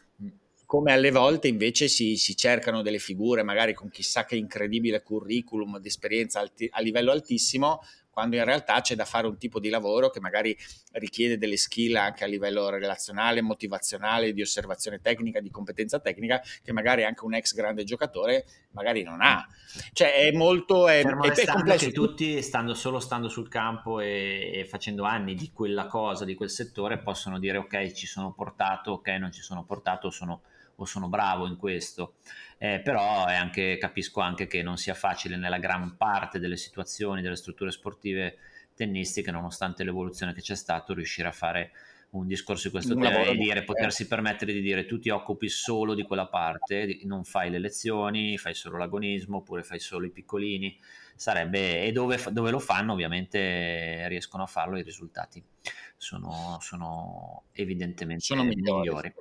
come alle volte invece si, si cercano delle figure magari con chissà che incredibile curriculum di esperienza alti- a livello altissimo, quando in realtà c'è da fare un tipo di lavoro che magari richiede delle skill anche a livello relazionale, motivazionale, di osservazione tecnica, di competenza tecnica, che magari anche un ex grande giocatore magari non ha. Cioè è molto, è, Fermo è, è restando complesso. che tutti, stando solo stando sul campo e, e facendo anni di quella cosa, di quel settore, possono dire ok, ci sono portato, ok, non ci sono portato, sono, o sono bravo in questo. Eh, però è anche, capisco anche che non sia facile nella gran parte delle situazioni, delle strutture sportive tennistiche, nonostante l'evoluzione che c'è stato, riuscire a fare un discorso di questo Un genere lavoro e dire, buono, potersi permettere di dire tu ti occupi solo di quella parte, non fai le lezioni, fai solo l'agonismo oppure fai solo i piccolini, sarebbe, e dove, dove lo fanno ovviamente riescono a farlo, i risultati sono, sono evidentemente sono migliori. migliori.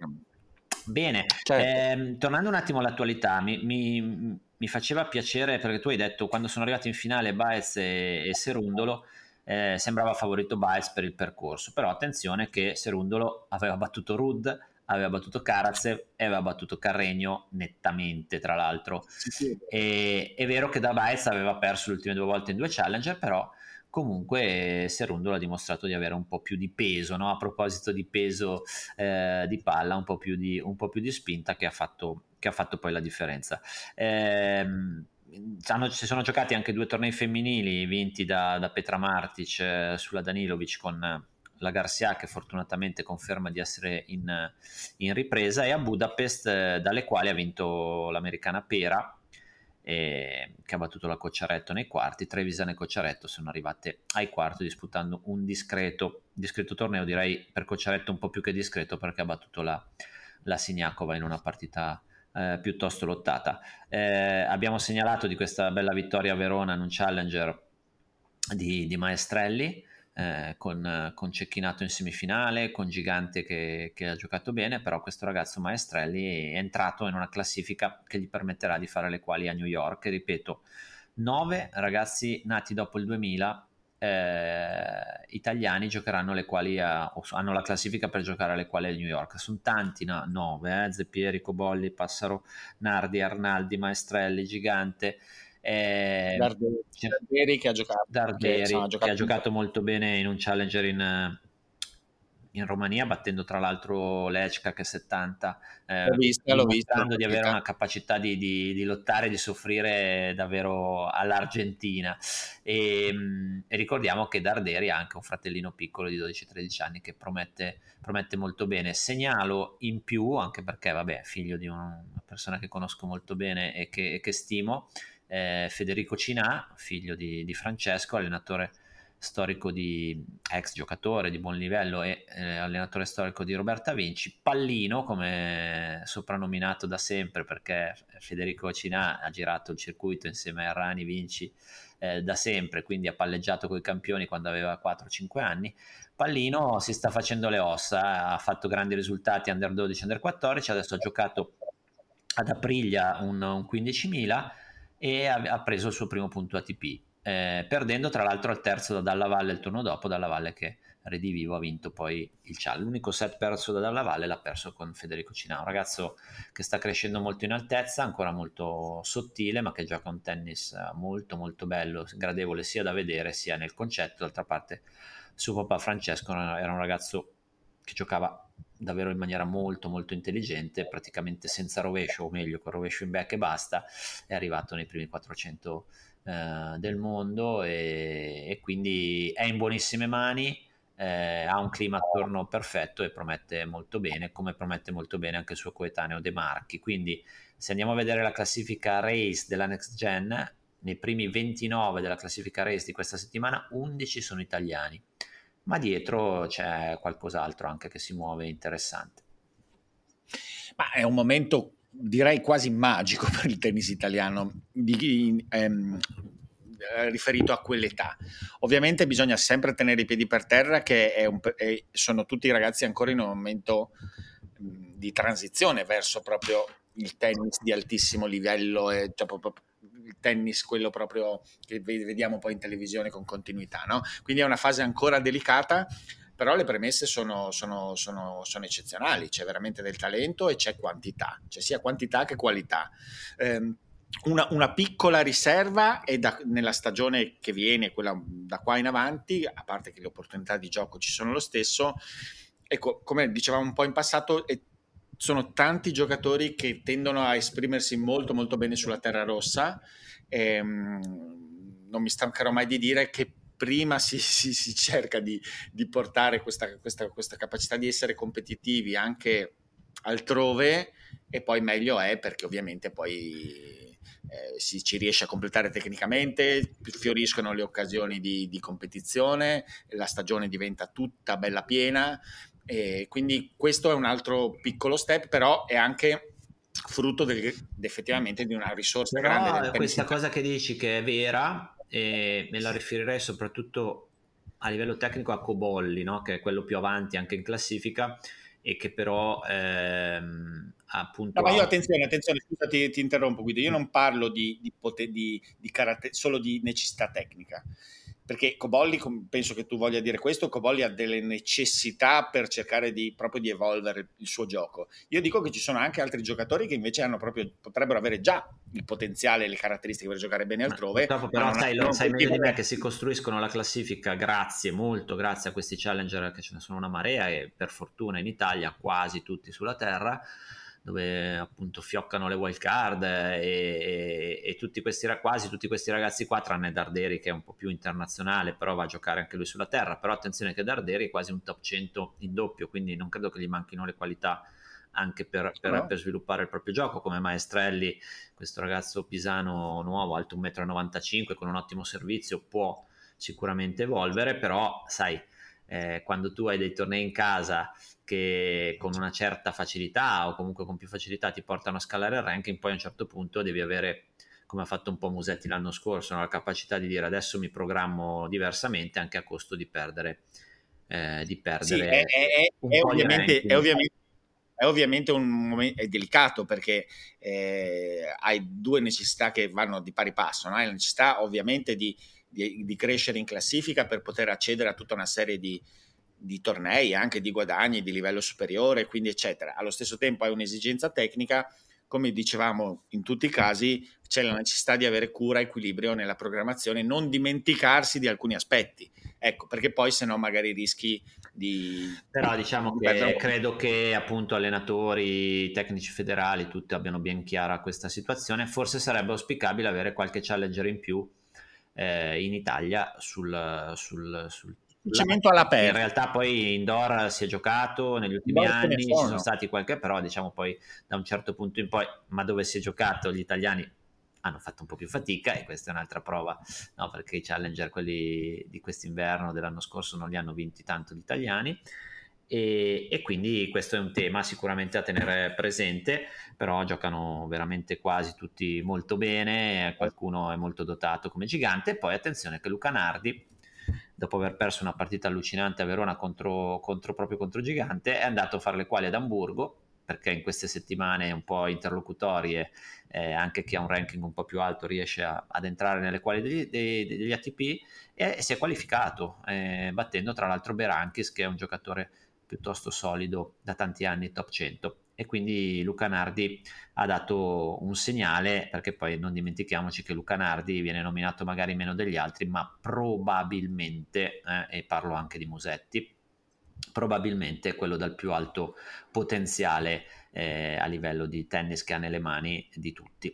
Bene, Certo. ehm, tornando un attimo all'attualità, mi, mi, mi faceva piacere perché tu hai detto quando sono arrivati in finale Baez e, e Serundolo, eh, sembrava favorito Baez per il percorso, però attenzione che Serundolo aveva battuto Rudd, aveva battuto Karatsev e aveva battuto Carreño nettamente, tra l'altro. Sì, sì. E, è vero che da Baez aveva perso le ultime due volte in due challenger, però comunque Serundolo ha dimostrato di avere un po' più di peso, no? A proposito di peso eh, di palla, un po' più di, un po' più di spinta che ha fatto, che ha fatto poi la differenza. Ehm, hanno, si sono giocati anche due tornei femminili vinti da, da Petra Martic eh, sulla Danilovic con la Garcia che fortunatamente conferma di essere in, in ripresa, e a Budapest eh, dalle quali ha vinto l'americana Pera, eh, che ha battuto la Cocciaretto nei quarti. Trevisan e Cocciaretto sono arrivate ai quarti disputando un discreto, discreto torneo, direi per Cocciaretto un po' più che discreto perché ha battuto la, la Siniakova in una partita eh, piuttosto lottata. Eh, abbiamo segnalato di questa bella vittoria a Verona in un challenger di, di Maestrelli, eh, con, con Cecchinato in semifinale, con Gigante che, che ha giocato bene, però questo ragazzo Maestrelli è entrato in una classifica che gli permetterà di fare le quali a New York. E ripeto, nove ragazzi nati dopo il duemila eh, italiani giocheranno le quali a, o hanno la classifica per giocare alle quali a New York. Sono tanti, no? nove, eh? Zeppieri, Cobolli, Passaro, Nardi, Arnaldi, Maestrelli, Gigante, eh, Darderi, Darderi che ha giocato, che, insomma, ha Darderi, che ha giocato giocato molto bene in un challenger in, in Romania, battendo tra l'altro Lechka che è settanta, eh, l'ho vista, l'ho vista la dimostrando di avere partita. una capacità di, di, di lottare, di soffrire davvero all'Argentina. E, e ricordiamo che Darderi ha anche un fratellino piccolo di dodici tredici anni che promette, promette molto bene. Segnalo in più, anche perché vabbè, figlio di una persona che conosco molto bene e che, e che stimo, eh, Federico Cinà, figlio di, di Francesco, allenatore storico di ex giocatore di buon livello e eh, allenatore storico di Roberta Vinci, Pallino come soprannominato da sempre perché Federico Cinà ha girato il circuito insieme a Rani Vinci eh, da sempre, quindi ha palleggiato con i campioni quando aveva quattro cinque anni. Pallino si sta facendo le ossa, ha fatto grandi risultati under dodici, under quattordici, adesso ha giocato ad Aprilia un, un quindicimila e ha, ha preso il suo primo punto A T P, eh, perdendo tra l'altro al terzo da Dalla Valle il turno dopo, Dalla Valle che redivivo ha vinto poi il challenge. L'unico set perso da Dalla Valle l'ha perso con Federico Cinà, un ragazzo che sta crescendo molto in altezza, ancora molto sottile, ma che gioca un tennis molto molto bello, gradevole sia da vedere sia nel concetto. D'altra parte suo papà Francesco era un ragazzo che giocava davvero in maniera molto molto intelligente, praticamente senza rovescio, o meglio con rovescio in back e basta, è arrivato nei primi quattrocento eh, del mondo, e, e quindi è in buonissime mani. Eh, ha un clima attorno perfetto e promette molto bene, come promette molto bene anche il suo coetaneo De Marchi. Quindi se andiamo a vedere la classifica race della Next Gen, nei primi ventinove della classifica race di questa settimana undici sono italiani, ma dietro c'è qualcos'altro anche che si muove interessante. Ma è un momento direi quasi magico per il tennis italiano, di, ehm, riferito a quell'età. Ovviamente bisogna sempre tenere i piedi per terra, che è un, è, sono tutti ragazzi ancora in un momento mh, di transizione verso proprio il tennis di altissimo livello, e cioè proprio il tennis quello proprio che vediamo poi in televisione con continuità, no? Quindi è una fase ancora delicata, però le premesse sono, sono, sono, sono eccezionali, c'è veramente del talento e c'è quantità, c'è sia quantità che qualità. Um, Una, una piccola riserva è da, nella stagione che viene, quella da qua in avanti, a parte che le opportunità di gioco ci sono lo stesso, ecco, come dicevamo un po' in passato, è, sono tanti giocatori che tendono a esprimersi molto molto bene sulla terra rossa, e, um, non mi stancherò mai di dire che prima si, si, si cerca di, di portare questa, questa, questa capacità di essere competitivi anche altrove, e poi meglio è, perché ovviamente poi Eh, si ci riesce a completare tecnicamente, fioriscono le occasioni di, di competizione, la stagione diventa tutta bella piena, e quindi questo è un altro piccolo step, però è anche frutto del, effettivamente di una risorsa però grande del questa tennis. cosa che dici che è vera, e me la riferirei soprattutto a livello tecnico a Cobolli, no? Che è quello più avanti anche in classifica, e che però ehm, appunto No, ma io ha... attenzione, attenzione, scusa, ti, ti interrompo Guido, io non parlo di, di, poter, di, di caratter- solo di necessità tecnica, perché Cobolli, penso che tu voglia dire questo, Cobolli ha delle necessità per cercare di, proprio di evolvere il suo gioco. Io dico che ci sono anche altri giocatori che invece hanno proprio, potrebbero avere già il potenziale e le caratteristiche per giocare bene altrove, Purtroppo ma però non sai, lo, hanno sai quel meglio tipo di me di... che si costruiscono la classifica grazie, molto grazie a questi challenger, che ce ne sono una marea, e per fortuna in Italia quasi tutti sulla terra, dove appunto fioccano le wild card, e, e, e tutti questi, quasi tutti questi ragazzi qua, tranne Darderi che è un po' più internazionale, però va a giocare anche lui sulla terra. Però attenzione che Darderi è quasi un top cento in doppio, quindi non credo che gli manchino le qualità anche per, per, No. per sviluppare il proprio gioco, come Maestrelli, questo ragazzo pisano nuovo, alto un metro e novantacinque, con un ottimo servizio, può sicuramente evolvere. Però sai, eh, quando tu hai dei tornei in casa che con una certa facilità o comunque con più facilità ti portano a scalare il ranking, poi a un certo punto devi avere, come ha fatto un po' Musetti l'anno scorso, no? La capacità di dire adesso mi programmo diversamente, anche a costo di perdere, eh, di Sì, perdere è, è, un è, po' di ovviamente, è, ranking. ovviamente, è ovviamente un momento è delicato, perché eh, hai due necessità che vanno di pari passo, no? Hai la necessità ovviamente di, di, di crescere in classifica per poter accedere a tutta una serie di, di tornei, anche di guadagni di livello superiore, quindi eccetera. Allo stesso tempo hai un'esigenza tecnica, come dicevamo in tutti i casi, c'è la necessità di avere cura e equilibrio nella programmazione, non dimenticarsi di alcuni aspetti, ecco, perché poi se no magari rischi di, Però diciamo di perdere un che po' di... credo che appunto allenatori, tecnici federali, tutti abbiano ben chiara questa situazione. Forse sarebbe auspicabile avere qualche challenger in più eh, in Italia sul, sul, sul cemento in all'aperto. realtà poi indoor si è giocato negli ultimi Indoor ce ne anni, ci sono sono. stati qualche, però diciamo poi da un certo punto in poi, ma dove si è giocato gli italiani hanno fatto un po' più fatica, e questa è un'altra prova, no? Perché i challenger, quelli di quest'inverno dell'anno scorso, non li hanno vinti tanto gli italiani, e, e quindi questo è un tema sicuramente a tenere presente. Però giocano veramente quasi tutti molto bene, qualcuno è molto dotato come Gigante. E poi attenzione che Luca Nardi, dopo aver perso una partita allucinante a Verona contro, contro proprio contro Gigante, è andato a fare le quali ad Amburgo, perché in queste settimane un po' interlocutorie eh, anche chi ha un ranking un po' più alto riesce a, ad entrare nelle quali degli, degli, degli A T P, e, e si è qualificato eh, battendo tra l'altro Berankis, che è un giocatore piuttosto solido da tanti anni, top cento, e quindi Luca Nardi ha dato un segnale, perché poi non dimentichiamoci che Luca Nardi viene nominato magari meno degli altri, ma probabilmente, eh, e parlo anche di Musetti, probabilmente è quello dal più alto potenziale eh, a livello di tennis che ha nelle mani di tutti.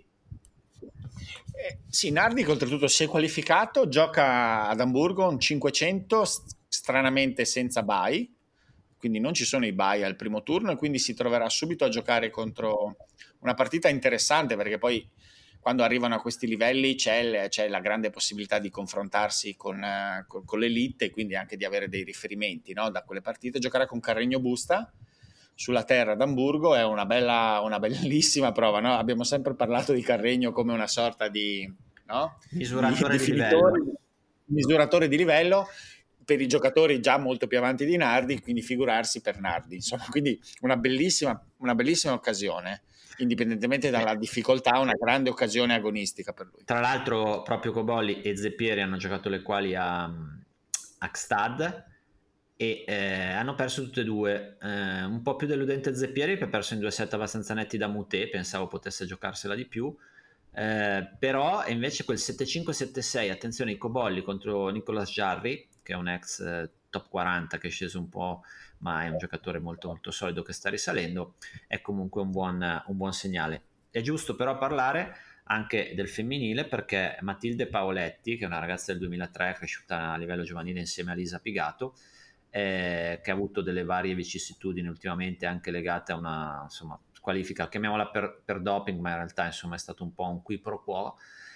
Eh, sì, Nardi oltretutto si è qualificato, gioca ad Amburgo un cinquecento, stranamente senza bye, quindi non ci sono i bye al primo turno, e quindi si troverà subito a giocare contro una partita interessante, perché poi quando arrivano a questi livelli c'è, c'è la grande possibilità di confrontarsi con, uh, con, con l'elite, e quindi anche di avere dei riferimenti, no? Da quelle partite. Giocherà con Carreño Busta sulla terra d'Amburgo, è una, bella, una bellissima prova, no? Abbiamo sempre parlato di Carreño come una sorta di, no? misuratore di, di, di livello. misuratore di livello per i giocatori già molto più avanti di Nardi, quindi figurarsi per Nardi, insomma. Quindi una bellissima, una bellissima occasione, indipendentemente dalla difficoltà, una grande occasione agonistica per lui. Tra l'altro proprio Cobolli e Zeppieri hanno giocato le quali a, a Gstad e eh, hanno perso tutte e due, eh, un po' più deludente Zeppieri, che ha perso in due set abbastanza netti da Moutet, pensavo potesse giocarsela di più, eh, però invece quel sette cinque sette sei, attenzione, i Cobolli contro Nicolas Jarry, che è un ex eh, top quaranta che è sceso un po', ma è un giocatore molto molto solido che sta risalendo, è comunque un buon, un buon segnale. È giusto però parlare anche del femminile, perché Matilde Paoletti, che è una ragazza del duemilatré cresciuta a livello giovanile insieme a Lisa Pigato, eh, che ha avuto delle varie vicissitudini ultimamente anche legate a una, insomma, qualifica, chiamiamola per, per doping, ma in realtà insomma è stato un po' un qui pro quo,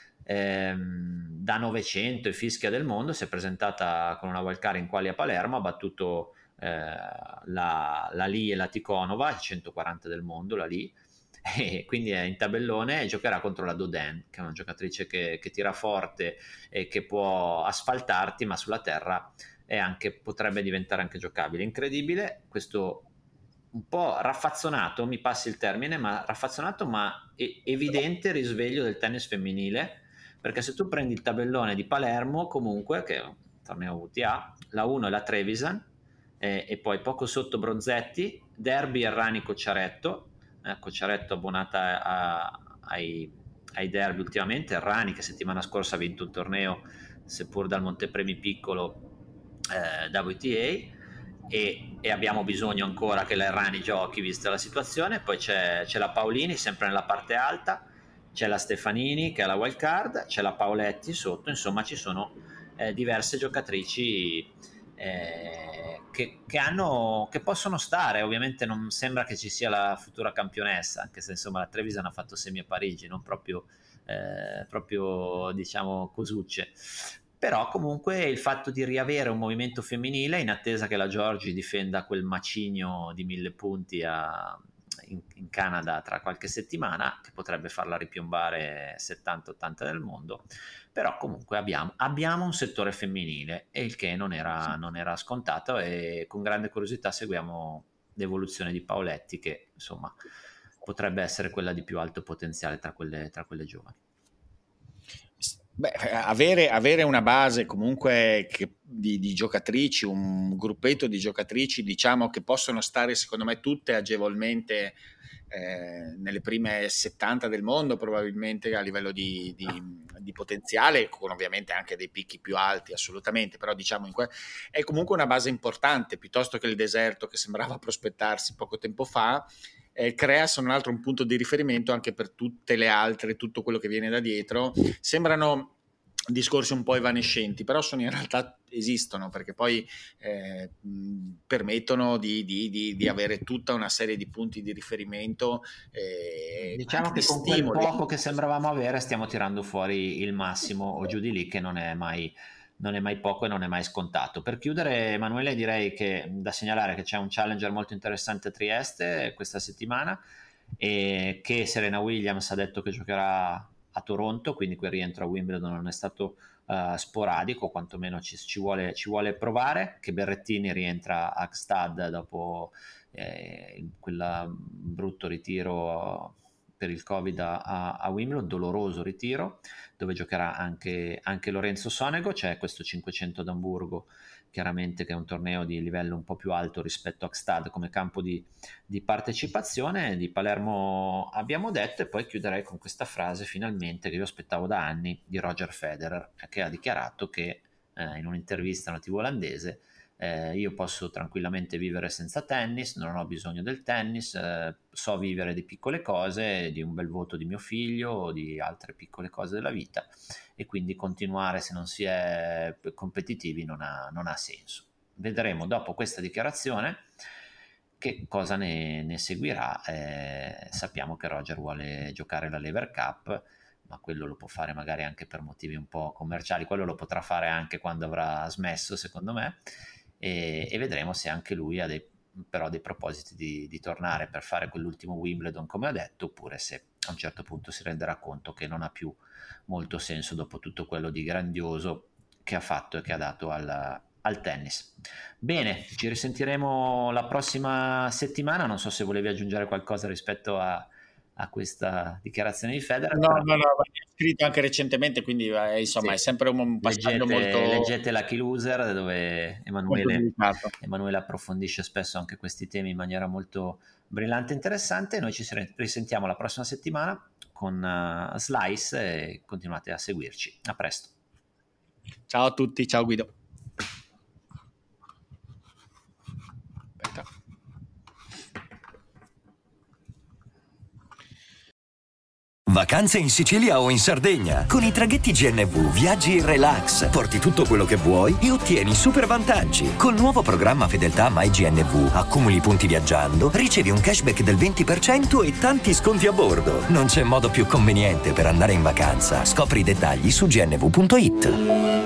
ehm, da novecento e fischia del mondo, si è presentata con una wildcard in quali a Palermo, ha battuto eh, la, la Lee e la Tikhonova, il centoquaranta del mondo la Lee, e quindi è in tabellone e giocherà contro la Dodin, che è una giocatrice che, che tira forte e che può asfaltarti, ma sulla terra è anche, potrebbe diventare anche giocabile. Incredibile questo un po' raffazzonato, mi passi il termine, ma raffazzonato ma evidente risveglio del tennis femminile, perché se tu prendi il tabellone di Palermo, comunque, che è un torneo W T A, la uno è la Trevisan, eh, e poi poco sotto Bronzetti, Derby Errani Cocciaretto, eh, Cocciaretto abbonata a, ai, ai derby ultimamente, Errani che settimana scorsa ha vinto un torneo seppur dal montepremi piccolo eh, W T A, e, e abbiamo bisogno ancora che la Errani giochi vista la situazione. Poi c'è, c'è la Paolini sempre nella parte alta, c'è la Stefanini che ha la wild card, c'è la Paoletti sotto, insomma ci sono eh, diverse giocatrici eh, che, che, hanno, che possono stare. Ovviamente non sembra che ci sia la futura campionessa, anche se insomma la Trevisan ha fatto semi a Parigi, non proprio, eh, proprio diciamo cosucce, però comunque il fatto di riavere un movimento femminile in attesa che la Giorgi difenda quel macigno di mille punti a, in, in Canada tra qualche settimana, che potrebbe farla ripiombare settanta ottanta del mondo, però comunque abbiamo, abbiamo un settore femminile, e il che non era, non era scontato, e con grande curiosità seguiamo l'evoluzione di Paoletti, che insomma potrebbe essere quella di più alto potenziale tra quelle, tra quelle giovani. Beh, avere, avere una base comunque che, di, di giocatrici, un gruppetto di giocatrici, diciamo, che possono stare secondo me tutte agevolmente eh, nelle prime settanta del mondo, probabilmente a livello di, di, di potenziale, con ovviamente anche dei picchi più alti assolutamente, però diciamo in que- è comunque una base importante, piuttosto che il deserto che sembrava prospettarsi poco tempo fa. Eh, crea se non altro un punto di riferimento anche per tutte le altre, tutto quello che viene da dietro. Sembrano discorsi un po' evanescenti, però sono in realtà esistono, perché poi eh, permettono di, di, di, di avere tutta una serie di punti di riferimento, eh, diciamo che di con quel stimoli. poco che sembravamo avere stiamo tirando fuori il massimo o giù di lì, che non è mai non è mai poco e non è mai scontato. Per chiudere, Emanuele, direi che da segnalare che c'è un challenger molto interessante a Trieste questa settimana, e che Serena Williams ha detto che giocherà a Toronto, quindi quel rientro a Wimbledon non è stato uh, sporadico, quantomeno ci, ci, vuole, ci vuole provare, che Berrettini rientra a Gstaad dopo eh, quel brutto ritiro per il Covid a, a Wimbledon, doloroso ritiro, dove giocherà anche, anche Lorenzo Sonego. C'è questo cinquecento d'Amburgo, chiaramente, che è un torneo di livello un po' più alto rispetto a Gstaad come campo di, di partecipazione. Di Palermo abbiamo detto, e poi chiuderei con questa frase finalmente che io aspettavo da anni di Roger Federer, che ha dichiarato che eh, in un'intervista a una tivù olandese: Eh, io posso tranquillamente vivere senza tennis, non ho bisogno del tennis, eh, so vivere di piccole cose, di un bel voto di mio figlio o di altre piccole cose della vita, e quindi continuare, se non si è competitivi, non ha, non ha senso. Vedremo dopo questa dichiarazione che cosa ne, ne seguirà. Eh, sappiamo che Roger vuole giocare la Lever Cup, ma quello lo può fare magari anche per motivi un po' commerciali, quello lo potrà fare anche quando avrà smesso, secondo me. E, e vedremo se anche lui ha dei, però dei propositi di, di tornare per fare quell'ultimo Wimbledon, come ho detto, oppure se a un certo punto si renderà conto che non ha più molto senso dopo tutto quello di grandioso che ha fatto e che ha dato al, al tennis. Bene, ci risentiremo la prossima settimana. Non so se volevi aggiungere qualcosa rispetto a a questa dichiarazione di Federer. No, no, no, l'ho scritto anche recentemente, quindi eh, insomma sì, è sempre un passaggio leggete, molto... Leggete Lucky Loser, dove Emanuele, Emanuele approfondisce spesso anche questi temi in maniera molto brillante e interessante. Noi ci risentiamo la prossima settimana con uh, Slice, e continuate a seguirci. A presto. Ciao a tutti, ciao Guido. Aspetta. Vacanze in Sicilia o in Sardegna. Con i traghetti G N V viaggi in relax, porti tutto quello che vuoi e ottieni super vantaggi. Col nuovo programma Fedeltà MyGNV accumuli punti viaggiando, ricevi un cashback del venti per cento e tanti sconti a bordo. Non c'è modo più conveniente per andare in vacanza. Scopri i dettagli su g n v punto i t.